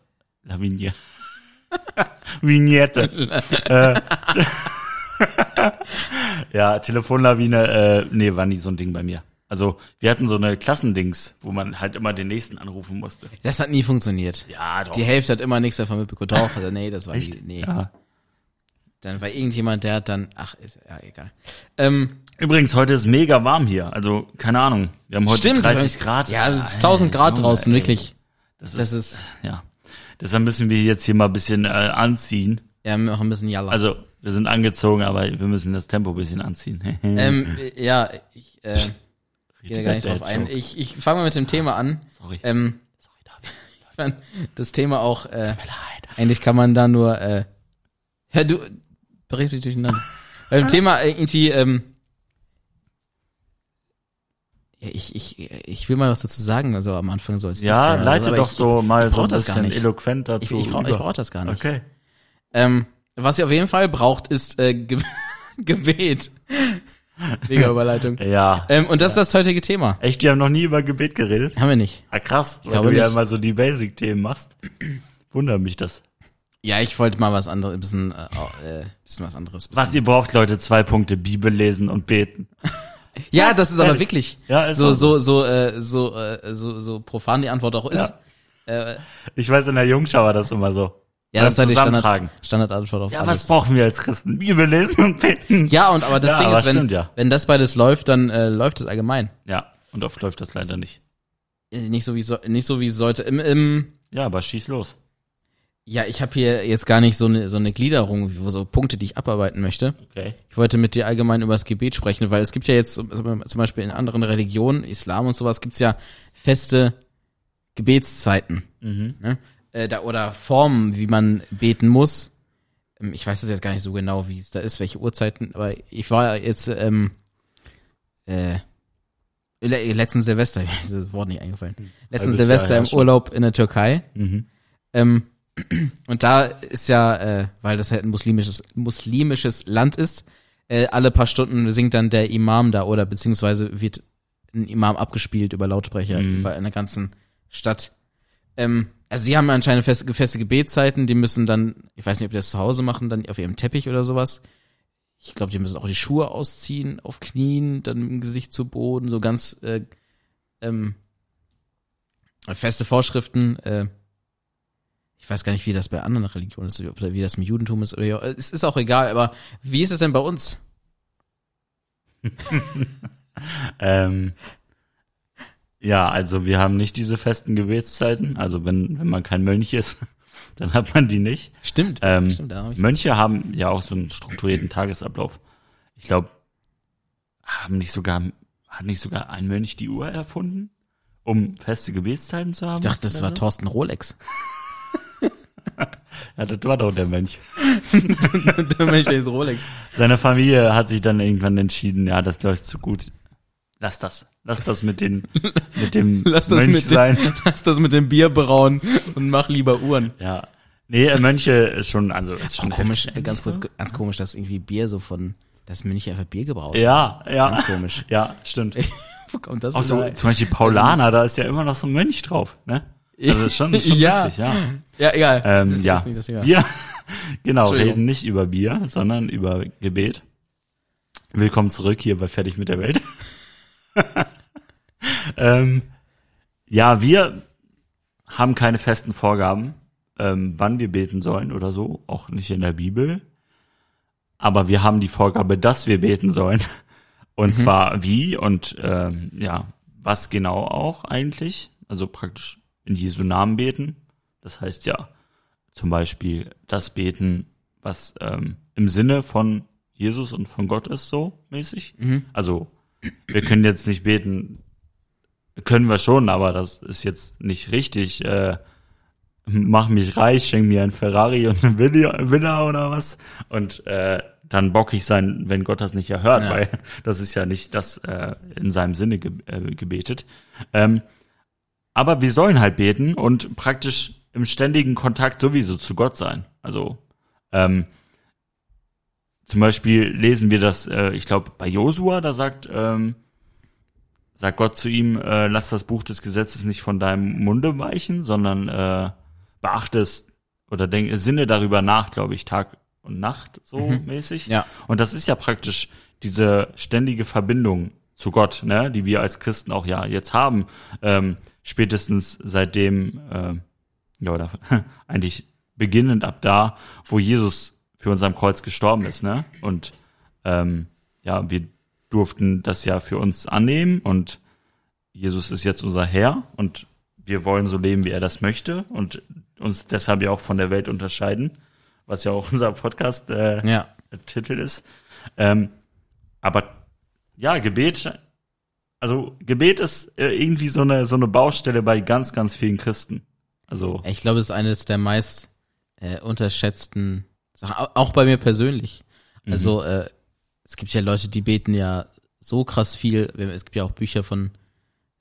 Vignette. Ja, Telefonlawine, nee, war nie so ein Ding bei mir. Also, wir hatten so eine Klassendings, wo man halt immer den nächsten anrufen musste. Das hat nie funktioniert. Ja, doch. Die Hälfte hat immer nichts davon mitbekommen. Doch, also nee, das war Echt? nie, nee. Ja. Dann war irgendjemand, der hat dann, ist ja egal. Übrigens, heute ist mega warm hier. Also, keine Ahnung. Wir haben heute Stimmt. 30 Grad. Ja, es ist 1000 Grad Junge, draußen, ey. wirklich. Das Das ist, ist, ja. Deshalb müssen wir jetzt hier mal ein bisschen anziehen. ja, noch ein bisschen Jalla. Also, wir sind angezogen, aber wir müssen das Tempo ein bisschen anziehen. Ja, ich gehe da gar nicht Richtiger drauf ein. Dad-Joke. Ich fange mal mit dem Thema an. Sorry. Sorry, David. ich fand das Thema auch, Tut mir leid. eigentlich kann man da nur, ja, du, bericht dich durcheinander. Beim Thema irgendwie, Ich will mal was dazu sagen, also am Anfang so als Ja, Disclaimer. leite Aber doch so mal so ein das gar bisschen nicht. eloquent dazu Ich brauche das gar nicht. Okay. Was ihr auf jeden Fall braucht, ist Gebet. Mega Überleitung. Ja. Und das ist das heutige Thema. Echt, wir haben noch nie über Gebet geredet? Haben wir nicht. Ah, krass, weil glaube du ja nicht. immer so die Basic-Themen machst. Wundert mich das. Ja, ich wollte mal was anderes, bisschen was anderes. Was ihr braucht, Leute, 2 Punkte, Bibel lesen und beten. Ja, das ist aber ehrlich. wirklich Ja, ist so profan die Antwort auch ist. Ich weiß, in der Jungschau war das immer so. Ja, das ist halt die Zusammentragen. Standardantwort auf Ja, alles. was brauchen wir als Christen? Bibel lesen und beten. Ja, aber das Ja, Ding aber ist, wenn, stimmt, ja. wenn das beides läuft, dann läuft es allgemein. Ja, und oft läuft das leider nicht. Nicht so wie es sollte. Ja, aber schieß los. Ja, ich habe hier jetzt gar nicht so eine Gliederung, so Punkte, die ich abarbeiten möchte. Okay. Ich wollte mit dir allgemein über das Gebet sprechen, weil es gibt ja jetzt zum Beispiel in anderen Religionen, Islam und sowas, gibt's ja feste Gebetszeiten. Ne? Oder Formen, wie man beten muss. Ich weiß das jetzt gar nicht so genau, wie es da ist, welche Uhrzeiten, aber ich war jetzt letzten Silvester, mir ist das Wort nicht eingefallen. Letzten Halbes Silvester Jahr im her schon. Urlaub in der Türkei. Mhm. Und da ist ja, weil das halt ein muslimisches Land ist, alle paar Stunden singt dann der Imam da oder beziehungsweise wird ein Imam abgespielt über Lautsprecher über einer ganzen Stadt. Also die haben anscheinend feste Gebetszeiten, die müssen dann, ich weiß nicht, ob die das zu Hause machen, dann auf ihrem Teppich oder sowas. Ich glaube, die müssen auch die Schuhe ausziehen, auf Knien, dann im Gesicht zu Boden, so ganz feste Vorschriften. Ich weiß gar nicht, wie das bei anderen Religionen ist, wie das im Judentum ist. Oder, es ist auch egal, aber wie ist es denn bei uns? Ja, also wir haben nicht diese festen Gebetszeiten. Also wenn man kein Mönch ist, dann hat man die nicht. Stimmt, da hab ich. Mönche haben ja auch so einen strukturierten Tagesablauf. Ich glaube, hat nicht sogar ein Mönch die Uhr erfunden, um feste Gebetszeiten zu haben? Ich dachte, das war Thorsten Rolex. Ja, das war doch der Mönch. Der Mensch, der ist Rolex. Seine Familie hat sich dann irgendwann entschieden, ja, das läuft zu gut. Lass das mit dem Mönch sein. Lass das mit dem Bier brauen und mach lieber Uhren. Ja. Nee, Mönche ist schon, ist schon Komisch, heftig. ganz komisch, dass irgendwie Bier so dass Mönche einfach Bier gebraut haben. Ja. Ganz komisch. Ja, stimmt. Wo kommt das Auch so, wieder? zum Beispiel Paulaner, da ist ja immer noch so ein Mönch drauf, ne? Also ist schon Ja. witzig, ja. Ja, egal. Das Ja, ist nicht das Thema. wir, genau, Entschuldigung. reden nicht über Bier, sondern über Gebet. Willkommen zurück hier bei Fertig mit der Welt. Ja, wir haben keine festen Vorgaben, wann wir beten sollen oder so, auch nicht in der Bibel. Aber wir haben die Vorgabe, dass wir beten sollen. Und zwar wie und was genau auch eigentlich. Also praktisch in Jesu Namen beten. Das heißt ja zum Beispiel das Beten, was im Sinne von Jesus und von Gott ist, so mäßig. Also wir können jetzt nicht beten, können wir schon, aber das ist jetzt nicht richtig. Mach mich reich, schenk mir ein Ferrari und eine Villa oder was. Und dann bock ich sein, wenn Gott das nicht erhört, Ja. weil das ist ja nicht das in seinem Sinne gebetet. Aber wir sollen halt beten und praktisch im ständigen Kontakt sowieso zu Gott sein. Also zum Beispiel lesen wir das, ich glaube bei Josua, da sagt Gott zu ihm, lass das Buch des Gesetzes nicht von deinem Munde weichen, sondern beachte es oder sinne darüber nach, glaube ich, Tag und Nacht so mäßig. Ja. Und das ist ja praktisch diese ständige Verbindung zu Gott, ne, die wir als Christen auch ja jetzt haben, spätestens seitdem, oder eigentlich beginnend ab da, wo Jesus für uns am Kreuz gestorben ist, ne? Und wir durften das ja für uns annehmen und Jesus ist jetzt unser Herr und wir wollen so leben, wie er das möchte und uns deshalb ja auch von der Welt unterscheiden, was ja auch unser Podcast Titel ist. Aber ja, Gebet ist irgendwie so eine Baustelle bei ganz, ganz vielen Christen. Also Ich glaube, es ist eines der meist unterschätzten Sachen, auch bei mir persönlich. Also es gibt ja Leute, die beten ja so krass viel. Es gibt ja auch Bücher von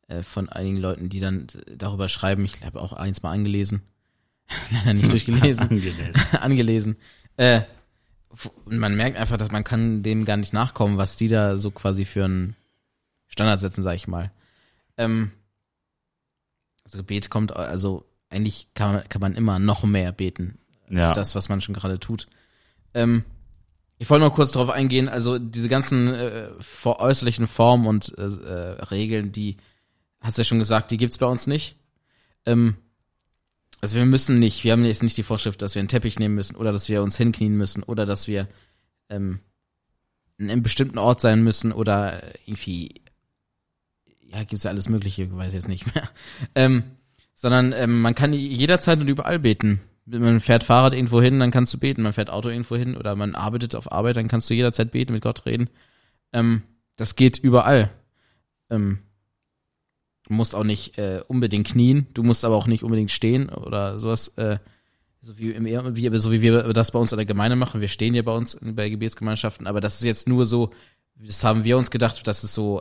von einigen Leuten, die dann darüber schreiben. Ich habe auch eins mal angelesen. Leider nicht durchgelesen. Angelesen. Und man merkt einfach, dass man kann dem gar nicht nachkommen, was die da so quasi für einen Standard setzen, sag ich mal. Also Gebet kommt, also eigentlich kann man immer noch mehr beten, als das, was man schon gerade tut. Ich wollte noch kurz darauf eingehen, also diese ganzen äußerlichen Formen und Regeln, die, hast du ja schon gesagt, die gibt's bei uns nicht. Also wir haben jetzt nicht die Vorschrift, dass wir einen Teppich nehmen müssen oder dass wir uns hinknien müssen oder dass wir in einem bestimmten Ort sein müssen oder irgendwie, ja, gibt's ja alles Mögliche, weiß jetzt nicht mehr. Sondern man kann jederzeit und überall beten. Man fährt Fahrrad irgendwo hin, dann kannst du beten. Man fährt Auto irgendwo hin oder man arbeitet auf Arbeit, dann kannst du jederzeit beten, mit Gott reden. Das geht überall. Du musst auch nicht unbedingt knien, du musst aber auch nicht unbedingt stehen oder sowas. So wie wir das bei uns in der Gemeinde machen. Wir stehen ja bei uns bei Gebetsgemeinschaften, aber das ist jetzt nur so, das haben wir uns gedacht, dass es so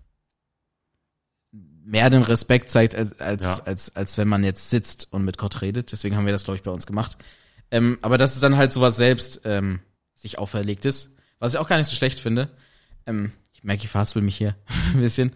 mehr den Respekt zeigt, als wenn man jetzt sitzt und mit Gott redet. Deswegen haben wir das, glaube ich, bei uns gemacht. Aber das ist dann halt sowas selbst sich auferlegtes, was ich auch gar nicht so schlecht finde. Ich merke, ich verhaspel mich hier ein bisschen.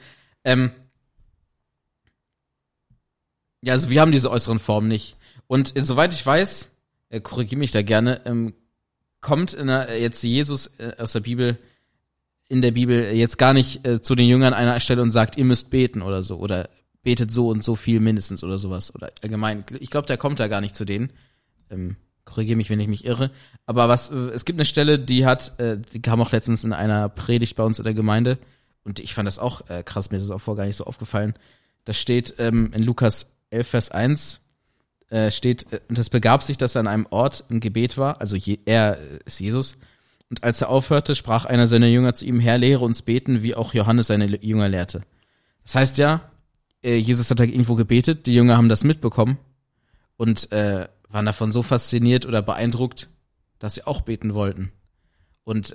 Ja, also wir haben diese äußeren Formen nicht. Und soweit ich weiß, korrigiere mich da gerne, kommt jetzt Jesus aus der Bibel, in der Bibel jetzt gar nicht zu den Jüngern an einer Stelle und sagt, ihr müsst beten oder so, oder betet so und so viel mindestens oder sowas, oder allgemein. Ich glaube, der kommt da gar nicht zu denen. Korrigiere mich, wenn ich mich irre. Aber es gibt eine Stelle, die kam auch letztens in einer Predigt bei uns in der Gemeinde, und ich fand das auch krass, mir ist das auch vorher gar nicht so aufgefallen. Da steht in Lukas 11, Vers 1, steht, und es begab sich, dass er an einem Ort im Gebet war, also er ist Jesus, und als er aufhörte, sprach einer seiner Jünger zu ihm, Herr, lehre uns beten, wie auch Johannes seine Jünger lehrte. Das heißt ja, Jesus hat da irgendwo gebetet, die Jünger haben das mitbekommen und waren davon so fasziniert oder beeindruckt, dass sie auch beten wollten. Und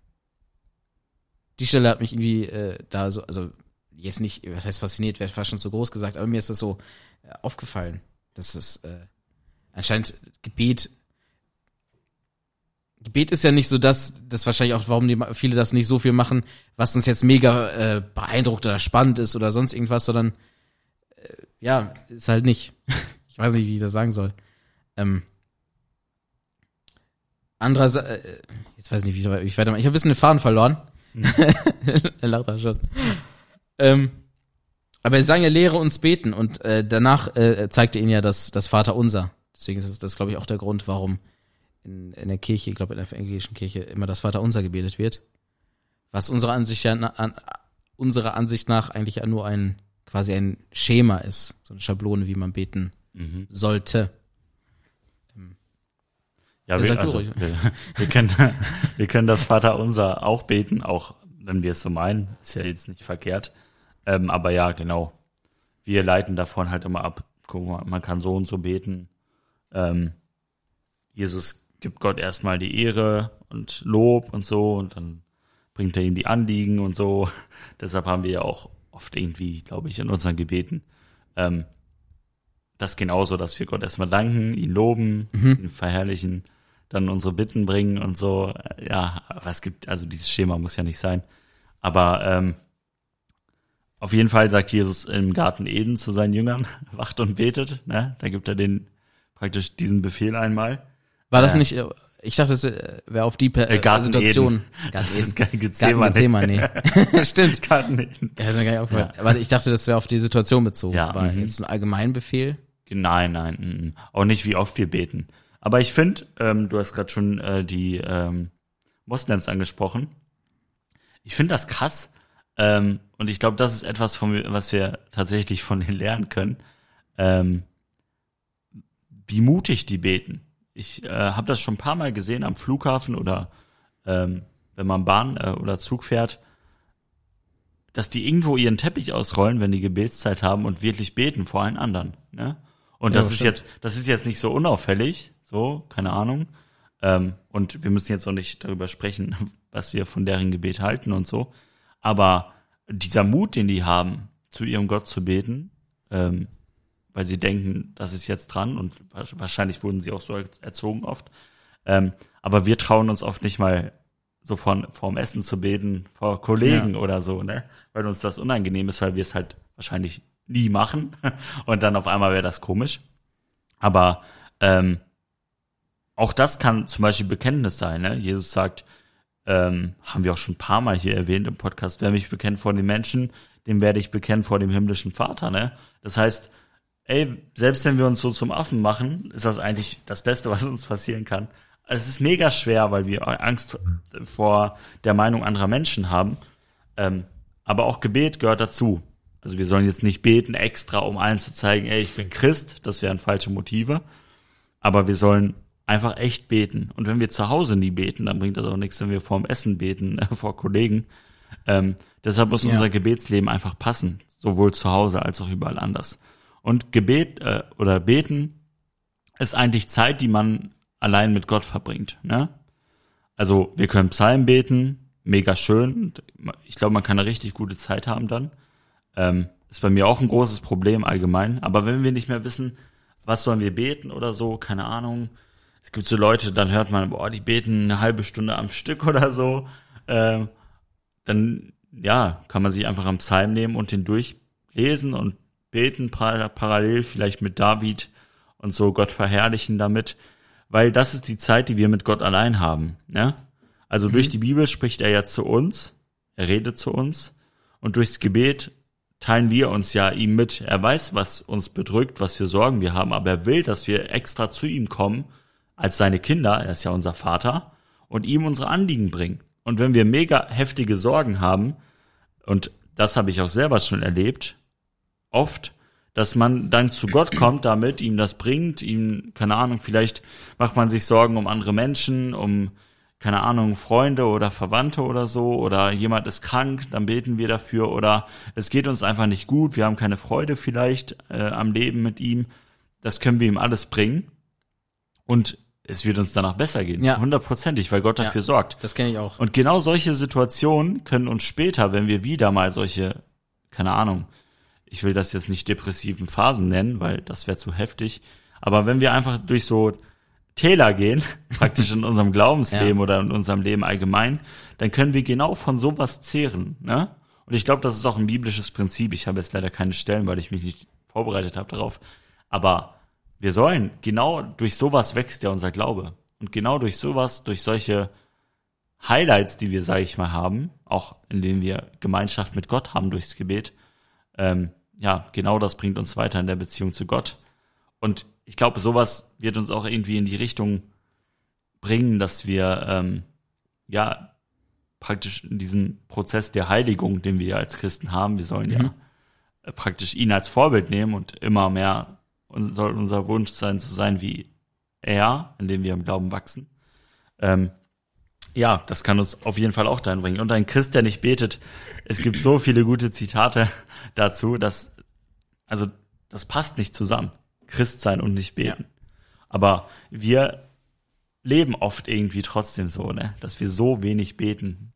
die Stelle hat mich irgendwie da so, also jetzt nicht, was heißt fasziniert, wäre fast schon zu groß gesagt, aber mir ist das so aufgefallen, dass es anscheinend Gebet ist ja nicht so das wahrscheinlich auch, warum viele das nicht so viel machen, was uns jetzt mega beeindruckt oder spannend ist oder sonst irgendwas, sondern ja, ist halt nicht. Ich weiß nicht, wie ich das sagen soll. Andererseits, jetzt weiß ich nicht, wie ich weitermache. Ich habe ein bisschen den Faden verloren. Er lacht da schon. Aber wir sagen ja, lehre uns beten, und danach zeigte ihnen ja das Vaterunser. Deswegen ist das, glaube ich, auch der Grund, warum in der Kirche, ich glaube in der evangelischen Kirche, immer das Vaterunser gebetet wird. Was unserer Ansicht nach eigentlich ja nur quasi ein Schema ist, so eine Schablone, wie man beten sollte. Ja, wir können das Vaterunser auch beten, auch wenn wir es so meinen, ist ja jetzt nicht verkehrt. Aber ja, genau. Wir leiten davon halt immer ab. Guck mal, man kann so und so beten. Jesus gibt Gott erstmal die Ehre und Lob und so, und dann bringt er ihm die Anliegen und so. Deshalb haben wir ja auch oft irgendwie, glaube ich, in unseren Gebeten das genauso, dass wir Gott erstmal danken, ihn loben, ihn verherrlichen, dann unsere Bitten bringen und so. Ja, aber es gibt, also dieses Schema muss ja nicht sein. Aber auf jeden Fall sagt Jesus im Garten Eden zu seinen Jüngern, wacht und betet, ne? Da gibt er den praktisch diesen Befehl einmal. War das nicht, ich dachte, das wäre auf die Situation. Das ist kein Gethsemane. Stimmt. Garten Eden. Ja, ist mir gar nicht aufgefallen. Ja. Aber ich dachte, das wäre auf die Situation bezogen. Ja, war jetzt ein Allgemeinbefehl? Nein. Auch nicht, wie oft wir beten. Aber ich finde, du hast gerade schon die Moslems angesprochen. Ich finde das krass. Und ich glaube, das ist etwas, was wir tatsächlich von denen lernen können. Wie mutig die beten. Ich habe das schon ein paar Mal gesehen am Flughafen oder wenn man Bahn oder Zug fährt, dass die irgendwo ihren Teppich ausrollen, wenn die Gebetszeit haben, und wirklich beten vor allen anderen. Ne? Und ja, das ist jetzt nicht so unauffällig, so, keine Ahnung. Und wir müssen jetzt auch nicht darüber sprechen, was wir von deren Gebet halten und so. Aber dieser Mut, den die haben, zu ihrem Gott zu beten, weil sie denken, das ist jetzt dran und wahrscheinlich wurden sie auch so erzogen oft. Aber wir trauen uns oft nicht mal so vorm Essen zu beten, vor Kollegen oder so, ne? Weil uns das unangenehm ist, weil wir es halt wahrscheinlich nie machen und dann auf einmal wäre das komisch. Aber auch das kann zum Beispiel Bekenntnis sein, ne? Jesus sagt, haben wir auch schon ein paar Mal hier erwähnt im Podcast, wer mich bekennt vor den Menschen, dem werde ich bekennen vor dem himmlischen Vater, ne? Das heißt, selbst wenn wir uns so zum Affen machen, ist das eigentlich das Beste, was uns passieren kann. Es ist mega schwer, weil wir Angst vor der Meinung anderer Menschen haben. Aber auch Gebet gehört dazu. Also wir sollen jetzt nicht beten extra, um allen zu zeigen, ich bin Christ, das wären falsche Motive. Aber wir sollen einfach echt beten. Und wenn wir zu Hause nie beten, dann bringt das auch nichts, wenn wir vorm Essen beten, vor Kollegen. Deshalb muss unser Gebetsleben einfach passen, sowohl zu Hause als auch überall anders. Und Gebet oder Beten ist eigentlich Zeit, die man allein mit Gott verbringt, ne? Also wir können Psalmen beten, mega schön. Ich glaube, man kann eine richtig gute Zeit haben dann. Ist bei mir auch ein großes Problem allgemein. Aber wenn wir nicht mehr wissen, was sollen wir beten oder so, keine Ahnung. Es gibt so Leute, dann hört man, die beten eine halbe Stunde am Stück oder so. Dann kann man sich einfach am Psalm nehmen und den durchlesen und beten parallel vielleicht mit David und so Gott verherrlichen damit. Weil das ist die Zeit, die wir mit Gott allein haben, ne? Also durch die Bibel spricht er ja zu uns, er redet zu uns und durchs Gebet teilen wir uns ja ihm mit. Er weiß, was uns bedrückt, was für Sorgen wir haben, aber er will, dass wir extra zu ihm kommen als seine Kinder, er ist ja unser Vater, und ihm unsere Anliegen bringen. Und wenn wir mega heftige Sorgen haben, und das habe ich auch selber schon erlebt, oft, dass man dann zu Gott kommt damit, ihm das bringt, ihm, keine Ahnung, vielleicht macht man sich Sorgen um andere Menschen, um, keine Ahnung, Freunde oder Verwandte oder so, oder jemand ist krank, dann beten wir dafür, oder es geht uns einfach nicht gut, wir haben keine Freude vielleicht am Leben mit ihm, das können wir ihm alles bringen und es wird uns danach besser gehen, 100%, weil Gott dafür sorgt. Das kenne ich auch. Und genau solche Situationen können uns später, wenn wir wieder mal solche, keine Ahnung, ich will das jetzt nicht depressiven Phasen nennen, weil das wäre zu heftig. Aber wenn wir einfach durch so Täler gehen, praktisch in unserem Glaubensleben oder in unserem Leben allgemein, dann können wir genau von sowas zehren, ne? Und ich glaube, das ist auch ein biblisches Prinzip. Ich habe jetzt leider keine Stellen, weil ich mich nicht vorbereitet habe darauf. Aber wir sollen, genau durch sowas wächst ja unser Glaube. Und genau durch sowas, durch solche Highlights, die wir, sage ich mal, haben, auch in denen wir Gemeinschaft mit Gott haben durchs Gebet, genau das bringt uns weiter in der Beziehung zu Gott. Und ich glaube, sowas wird uns auch irgendwie in die Richtung bringen, dass wir praktisch in diesem Prozess der Heiligung, den wir als Christen haben, wir sollen praktisch ihn als Vorbild nehmen und immer mehr soll unser Wunsch sein, zu sein wie er, indem wir im Glauben wachsen. Das kann uns auf jeden Fall auch dahin bringen. Und ein Christ, der nicht betet, es gibt so viele gute Zitate dazu, das passt nicht zusammen. Christ sein und nicht beten. Ja. Aber wir leben oft irgendwie trotzdem so, ne, dass wir so wenig beten.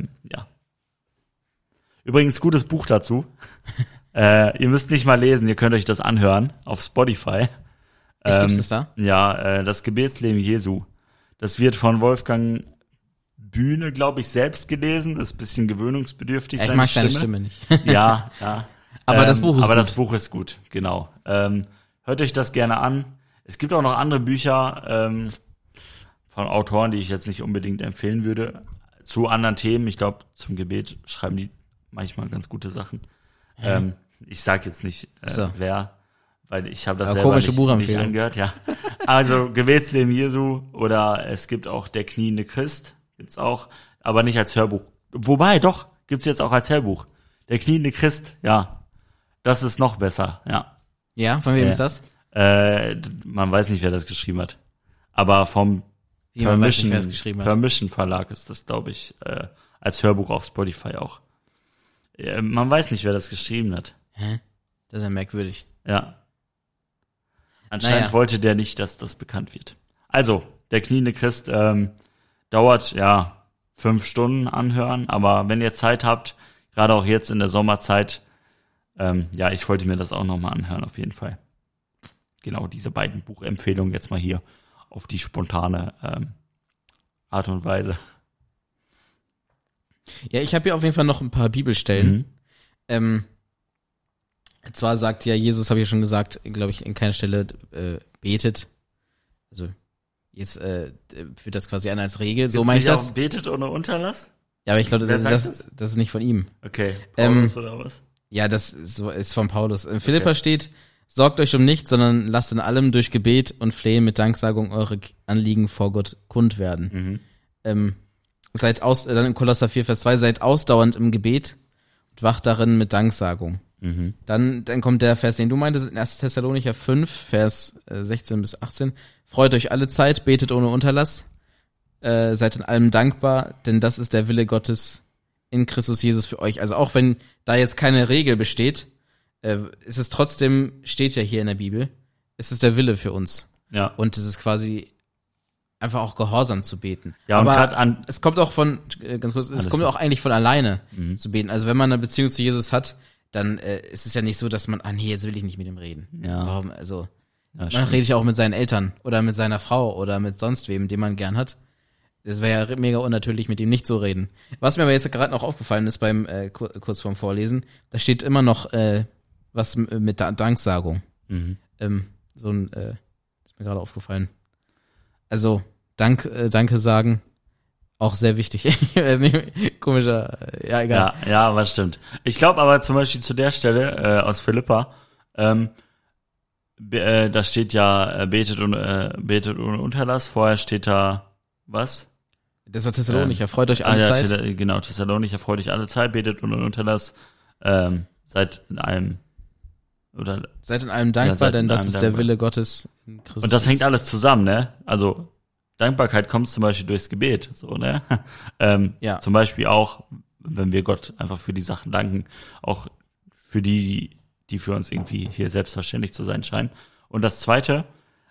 Übrigens, gutes Buch dazu. Ihr müsst nicht mal lesen, ihr könnt euch das anhören auf Spotify. Gibt's das da? Ja, das Gebetsleben Jesu. Das wird von Wolfgang Bühne, glaube ich, selbst gelesen. Ist ein bisschen gewöhnungsbedürftig. Ich mag seine Stimme nicht. Ja. Aber das Buch ist gut. Aber das Buch ist gut, genau. Hört euch das gerne an. Es gibt auch noch andere Bücher von Autoren, die ich jetzt nicht unbedingt empfehlen würde, zu anderen Themen. Ich glaube, zum Gebet schreiben die manchmal ganz gute Sachen. Ich sag jetzt nicht, wer, weil ich habe das selber nicht angehört. Ja. Also Gebetsleben Jesu oder es gibt auch Der kniende Christ, gibt's auch, aber nicht als Hörbuch. Wobei, doch, gibt's jetzt auch als Hörbuch. Der kniende Christ, ja. Das ist noch besser, ja. Ja, von wem ist das? Man weiß nicht, wer das geschrieben hat. Aber vom Permission Verlag ist das, glaube ich, als Hörbuch auf Spotify auch. Man weiß nicht, wer das geschrieben hat. Hä? Das ist ja merkwürdig. Ja. Anscheinend wollte der nicht, dass das bekannt wird. Also, Der kniende Christ dauert 5 Stunden anhören, aber wenn ihr Zeit habt, gerade auch jetzt in der Sommerzeit, ja, ich wollte mir das auch nochmal anhören, auf jeden Fall. Genau, diese beiden Buchempfehlungen jetzt mal hier auf die spontane Art und Weise. Ja, ich habe hier auf jeden Fall noch ein paar Bibelstellen. Zwar sagt ja Jesus, habe ich ja schon gesagt, glaube ich, in keiner Stelle betet. Also jetzt führt das quasi an als Regel. So meine ich das. Auch betet ohne Unterlass? Ja, aber ich glaube, das ist nicht von ihm. Okay, Paulus oder was? Ja, das ist von Paulus. In Philipper steht, sorgt euch um nichts, sondern lasst in allem durch Gebet und Flehen mit Danksagung eure Anliegen vor Gott kund werden. Dann in Kolosser 4, Vers 2, seid ausdauernd im Gebet und wacht darin mit Danksagung. Dann kommt der Vers, den du meintest, in 1. Thessalonicher 5, Vers 16 bis 18. Freut euch alle Zeit, betet ohne Unterlass, seid in allem dankbar, denn das ist der Wille Gottes in Christus Jesus für euch. Also auch wenn da jetzt keine Regel besteht, ist es trotzdem, steht ja hier in der Bibel, ist es der Wille für uns. Ja. Und es ist quasi einfach auch gehorsam zu beten. Ja, und aber es kommt auch auch eigentlich von alleine zu beten. Also wenn man eine Beziehung zu Jesus hat, dann ist es ja nicht so, dass man, nee, jetzt will ich nicht mit ihm reden. Ja. Warum? Also Ja, man redet ja auch mit seinen Eltern oder mit seiner Frau oder mit sonst wem, den man gern hat. Das wäre ja mega unnatürlich, mit ihm nicht zu reden. Was mir aber jetzt gerade noch aufgefallen ist beim kurz vorm Vorlesen, da steht immer noch was mit Danksagung. Ist mir gerade aufgefallen. Also Danke sagen, auch sehr wichtig. Ich weiß nicht, komischer, ja, egal. Ja, aber stimmt. Ich glaube aber zum Beispiel zu der Stelle aus Philippa, da steht ja, betet ohne Unterlass. Vorher steht da, was? Das war Thessalonicher, freut euch alle Zeit. Genau, Thessalonicher, freut euch alle Zeit, betet ohne Unterlass, seid in allem dankbar, denn das ist der Wille Gottes in Christus. Und das hängt alles zusammen, ne? Also Dankbarkeit kommt zum Beispiel durchs Gebet, so, ne? Ja. Zum Beispiel auch, wenn wir Gott einfach für die Sachen danken, auch für die für uns irgendwie hier selbstverständlich zu sein scheinen. Und das Zweite,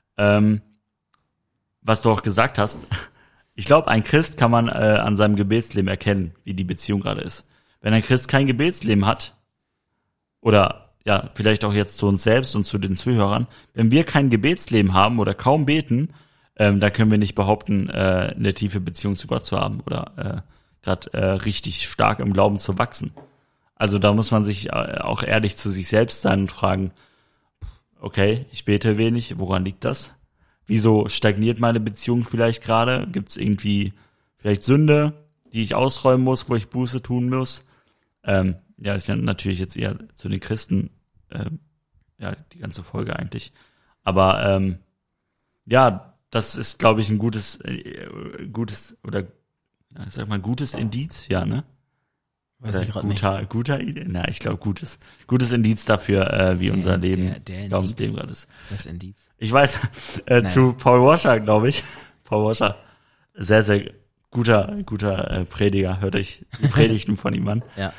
was du auch gesagt hast, ich glaube, ein Christ kann man an seinem Gebetsleben erkennen, wie die Beziehung gerade ist. Wenn ein Christ kein Gebetsleben hat, oder ja, vielleicht auch jetzt zu uns selbst und zu den Zuhörern, wenn wir kein Gebetsleben haben oder kaum beten, dann können wir nicht behaupten, eine tiefe Beziehung zu Gott zu haben oder gerade richtig stark im Glauben zu wachsen. Also da muss man sich auch ehrlich zu sich selbst sein und fragen, okay, ich bete wenig, woran liegt das? Wieso stagniert meine Beziehung vielleicht gerade? Gibt es irgendwie vielleicht Sünde, die ich ausräumen muss, wo ich Buße tun muss? Ja, ist ja natürlich jetzt eher zu den Christen, ja, die ganze Folge eigentlich. Aber ja, das ist, glaube ich, ein gutes oder ja, ich sag mal gutes Indiz, ja, ne? Weiß ich gerade nicht. Ich glaube gutes Indiz dafür, wie unser Leben, Glaubensleben gerade ist. Das Indiz. Ich weiß, zu Paul Washer, glaube ich. Paul Washer, sehr, sehr guter Prediger, hört euch die Predigten von ihm an. Ja.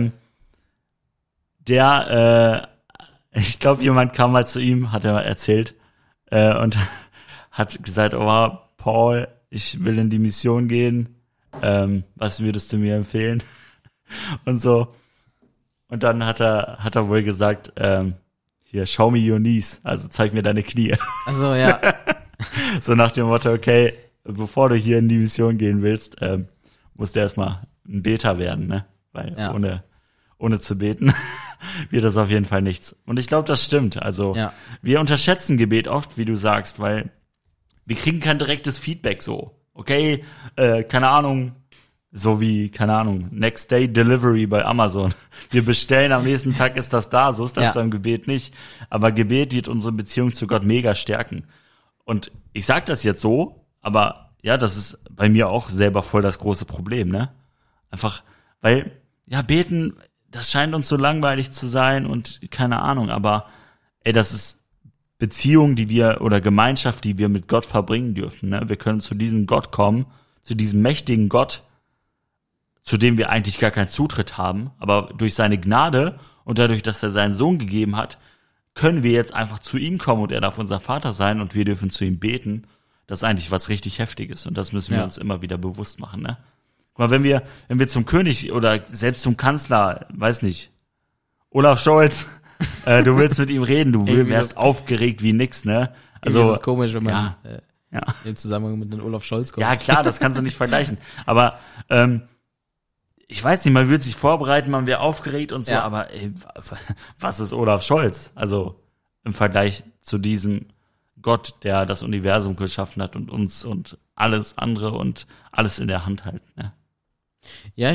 Ich glaube, jemand kam mal zu ihm, hat er mal erzählt, und hat gesagt, oh, Paul, ich will in die Mission gehen, was würdest du mir empfehlen? Und so. Und dann hat er wohl gesagt, hier, show me your knees, also zeig mir deine Knie. Ach so, ja. So nach dem Motto, okay, bevor du hier in die Mission gehen willst, musst du erstmal ein Beter werden, ne? Weil ohne zu beten wird das auf jeden Fall nichts. Und ich glaube, das stimmt. Also wir unterschätzen Gebet oft, wie du sagst, weil wir kriegen kein direktes Feedback so. Okay, keine Ahnung, so wie, keine Ahnung, Next Day Delivery bei Amazon. Wir bestellen, am nächsten Tag ist das da. So ist das beim Gebet nicht. Aber Gebet wird unsere Beziehung zu Gott mega stärken. Und ich sag das jetzt so, aber ja, das ist bei mir auch selber voll das große Problem, ne? Einfach, weil, ja, beten, das scheint uns so langweilig zu sein und keine Ahnung, aber ey, das ist Beziehung, die wir, oder Gemeinschaft, die wir mit Gott verbringen dürfen, ne? Wir können zu diesem Gott kommen, zu diesem mächtigen Gott, zu dem wir eigentlich gar keinen Zutritt haben, aber durch seine Gnade und dadurch, dass er seinen Sohn gegeben hat, können wir jetzt einfach zu ihm kommen und er darf unser Vater sein und wir dürfen zu ihm beten. Das ist eigentlich was richtig Heftiges und das müssen wir uns immer wieder bewusst machen, ne? Guck mal, wenn wir zum König oder selbst zum Kanzler, weiß nicht, Olaf Scholz, du willst mit ihm reden, du wärst aufgeregt wie nix, ne? Also, das ist komisch, wenn man ja. im Zusammenhang mit dem Olaf Scholz kommt. Ja, klar, das kannst du nicht vergleichen. Aber ich weiß nicht, man würde sich vorbereiten, man wäre aufgeregt und so, aber was ist Olaf Scholz? Also im Vergleich zu diesem Gott, der das Universum geschaffen hat und uns und alles andere und alles in der Hand hält. Ne? Ja,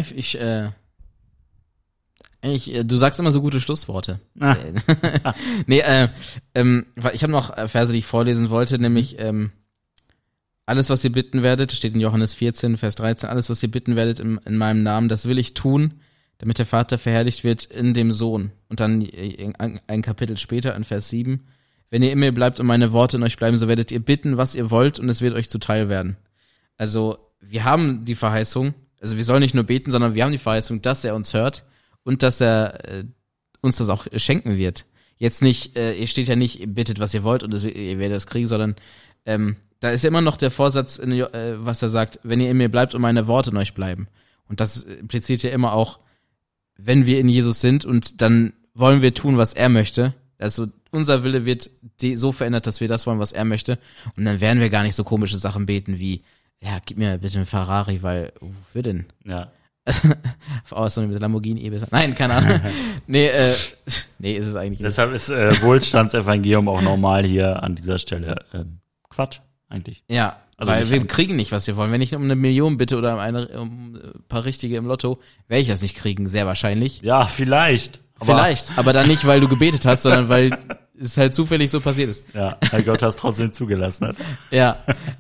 du sagst immer so gute Schlussworte. Nee, ich habe noch Verse, die ich vorlesen wollte, nämlich alles, was ihr bitten werdet, steht in Johannes 14, Vers 13, alles, was ihr bitten werdet in meinem Namen, das will ich tun, damit der Vater verherrlicht wird in dem Sohn. Und dann ein Kapitel später, in Vers 7, wenn ihr in mir bleibt und meine Worte in euch bleiben, so werdet ihr bitten, was ihr wollt, und es wird euch zuteil werden. Also, wir haben die Verheißung, also wir sollen nicht nur beten, sondern wir haben die Verheißung, dass er uns hört und dass er uns das auch schenken wird. Jetzt nicht, ihr steht ja nicht, ihr bittet, was ihr wollt und ihr werdet das kriegen, sondern da ist ja immer noch der Vorsatz, was er sagt, wenn ihr in mir bleibt und meine Worte in euch bleiben. Und das impliziert ja immer auch, wenn wir in Jesus sind und dann wollen wir tun, was er möchte. Also unser Wille wird so verändert, dass wir das wollen, was er möchte. Und dann werden wir gar nicht so komische Sachen beten wie, ja, gib mir bitte einen Ferrari, weil, wofür denn? Ja. Außer mit Lamborghini besser. Nein, keine Ahnung. Nee, ist es eigentlich nicht. Deshalb ist Wohlstandsevangelium auch normal hier an dieser Stelle Quatsch, eigentlich. Ja, also weil wir kriegen nicht, was wir wollen. Wenn ich um 1 Million bitte oder um ein paar Richtige im Lotto, werde ich das nicht kriegen, sehr wahrscheinlich. Ja, vielleicht. Aber dann nicht, weil du gebetet hast, sondern weil es halt zufällig so passiert ist. Ja, weil Gott das trotzdem zugelassen hat. Ja,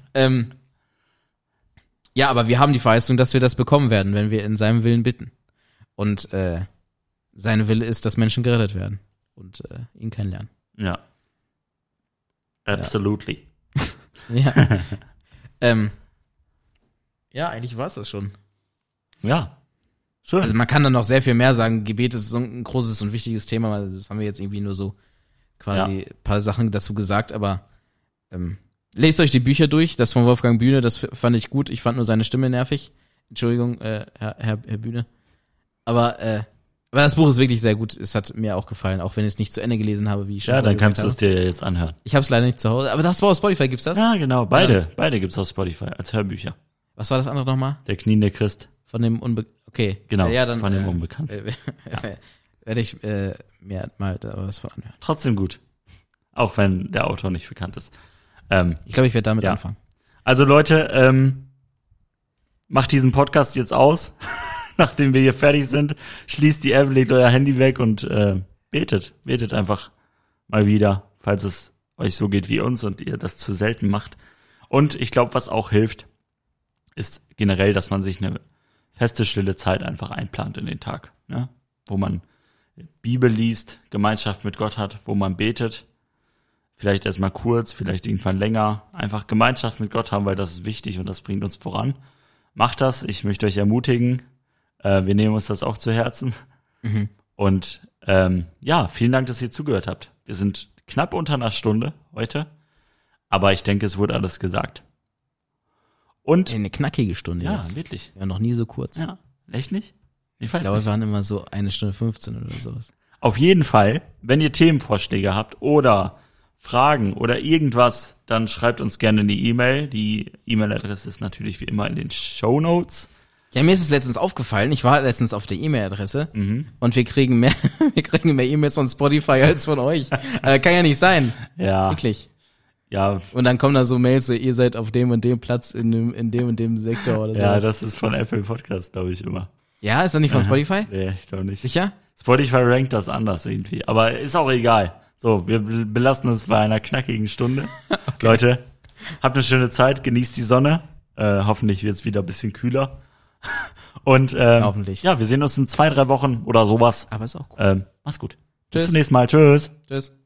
ja, aber wir haben die Verheißung, dass wir das bekommen werden, wenn wir in seinem Willen bitten. Und sein Wille ist, dass Menschen gerettet werden und ihn kennenlernen. Ja. Absolutely. Ja. Ja, eigentlich war es das schon. Ja. Schön. Also man kann dann noch sehr viel mehr sagen. Gebet ist so ein großes und wichtiges Thema. Das haben wir jetzt irgendwie nur so quasi ein paar Sachen dazu gesagt. Aber lest euch die Bücher durch. Das von Wolfgang Bühne, das fand ich gut. Ich fand nur seine Stimme nervig. Entschuldigung, Herr Bühne. Aber das Buch ist wirklich sehr gut. Es hat mir auch gefallen, auch wenn ich es nicht zu Ende gelesen habe, wie ich schon Ja, dann kannst du es dir jetzt anhören. Ich habe es leider nicht zu Hause. Aber das war auf Spotify, gibt's das? Ja, genau. Beide gibt's auf Spotify als Hörbücher. Was war das andere nochmal? Der kniende Christ. Von dem Okay. Genau, ja, dann, von dem Unbekannten. Werde ich mir mal da was von anhören. Trotzdem gut. Auch wenn der Autor nicht bekannt ist. Ich glaube, ich werde damit anfangen. Also Leute, macht diesen Podcast jetzt aus, nachdem wir hier fertig sind. Schließt die App, legt euer Handy weg und betet. Betet einfach mal wieder, falls es euch so geht wie uns und ihr das zu selten macht. Und ich glaube, was auch hilft, ist generell, dass man sich eine feste, stille Zeit einfach einplant in den Tag, ne? Wo man Bibel liest, Gemeinschaft mit Gott hat, wo man betet. Vielleicht erstmal kurz, vielleicht irgendwann länger. Einfach Gemeinschaft mit Gott haben, weil das ist wichtig und das bringt uns voran. Macht das, ich möchte euch ermutigen. Wir nehmen uns das auch zu Herzen. Mhm. Und vielen Dank, dass ihr zugehört habt. Wir sind knapp unter einer Stunde heute, aber ich denke, es wurde alles gesagt. Und eine knackige Stunde jetzt. Ja, wirklich. Ja, noch nie so kurz. Ja, echt nicht? Ich glaube, wir waren immer so 1 Stunde 15 oder sowas. Auf jeden Fall, wenn ihr Themenvorschläge habt oder Fragen oder irgendwas, dann schreibt uns gerne eine E-Mail. Die E-Mail-Adresse ist natürlich wie immer in den Shownotes. Ja, mir ist es letztens aufgefallen. Ich war letztens auf der E-Mail-Adresse und wir kriegen mehr E-Mails von Spotify als von euch. Kann ja nicht sein. Ja. Wirklich. Ja. Und dann kommen da so Mails, so, ihr seid auf dem und dem Platz in dem und dem Sektor oder so. Ja, das ist von Apple Podcast, glaube ich, immer. Ja, ist das nicht von Spotify? Nee, ich glaube nicht. Sicher? Spotify rankt das anders irgendwie. Aber ist auch egal. So, wir belassen es bei einer knackigen Stunde. Okay. Leute, habt eine schöne Zeit, genießt die Sonne. Hoffentlich wird es wieder ein bisschen kühler. Und hoffentlich. Ja, wir sehen uns in 2-3 Wochen oder sowas. Aber ist auch gut. Mach's gut. Tschüss. Bis zum nächsten Mal. Tschüss. Tschüss.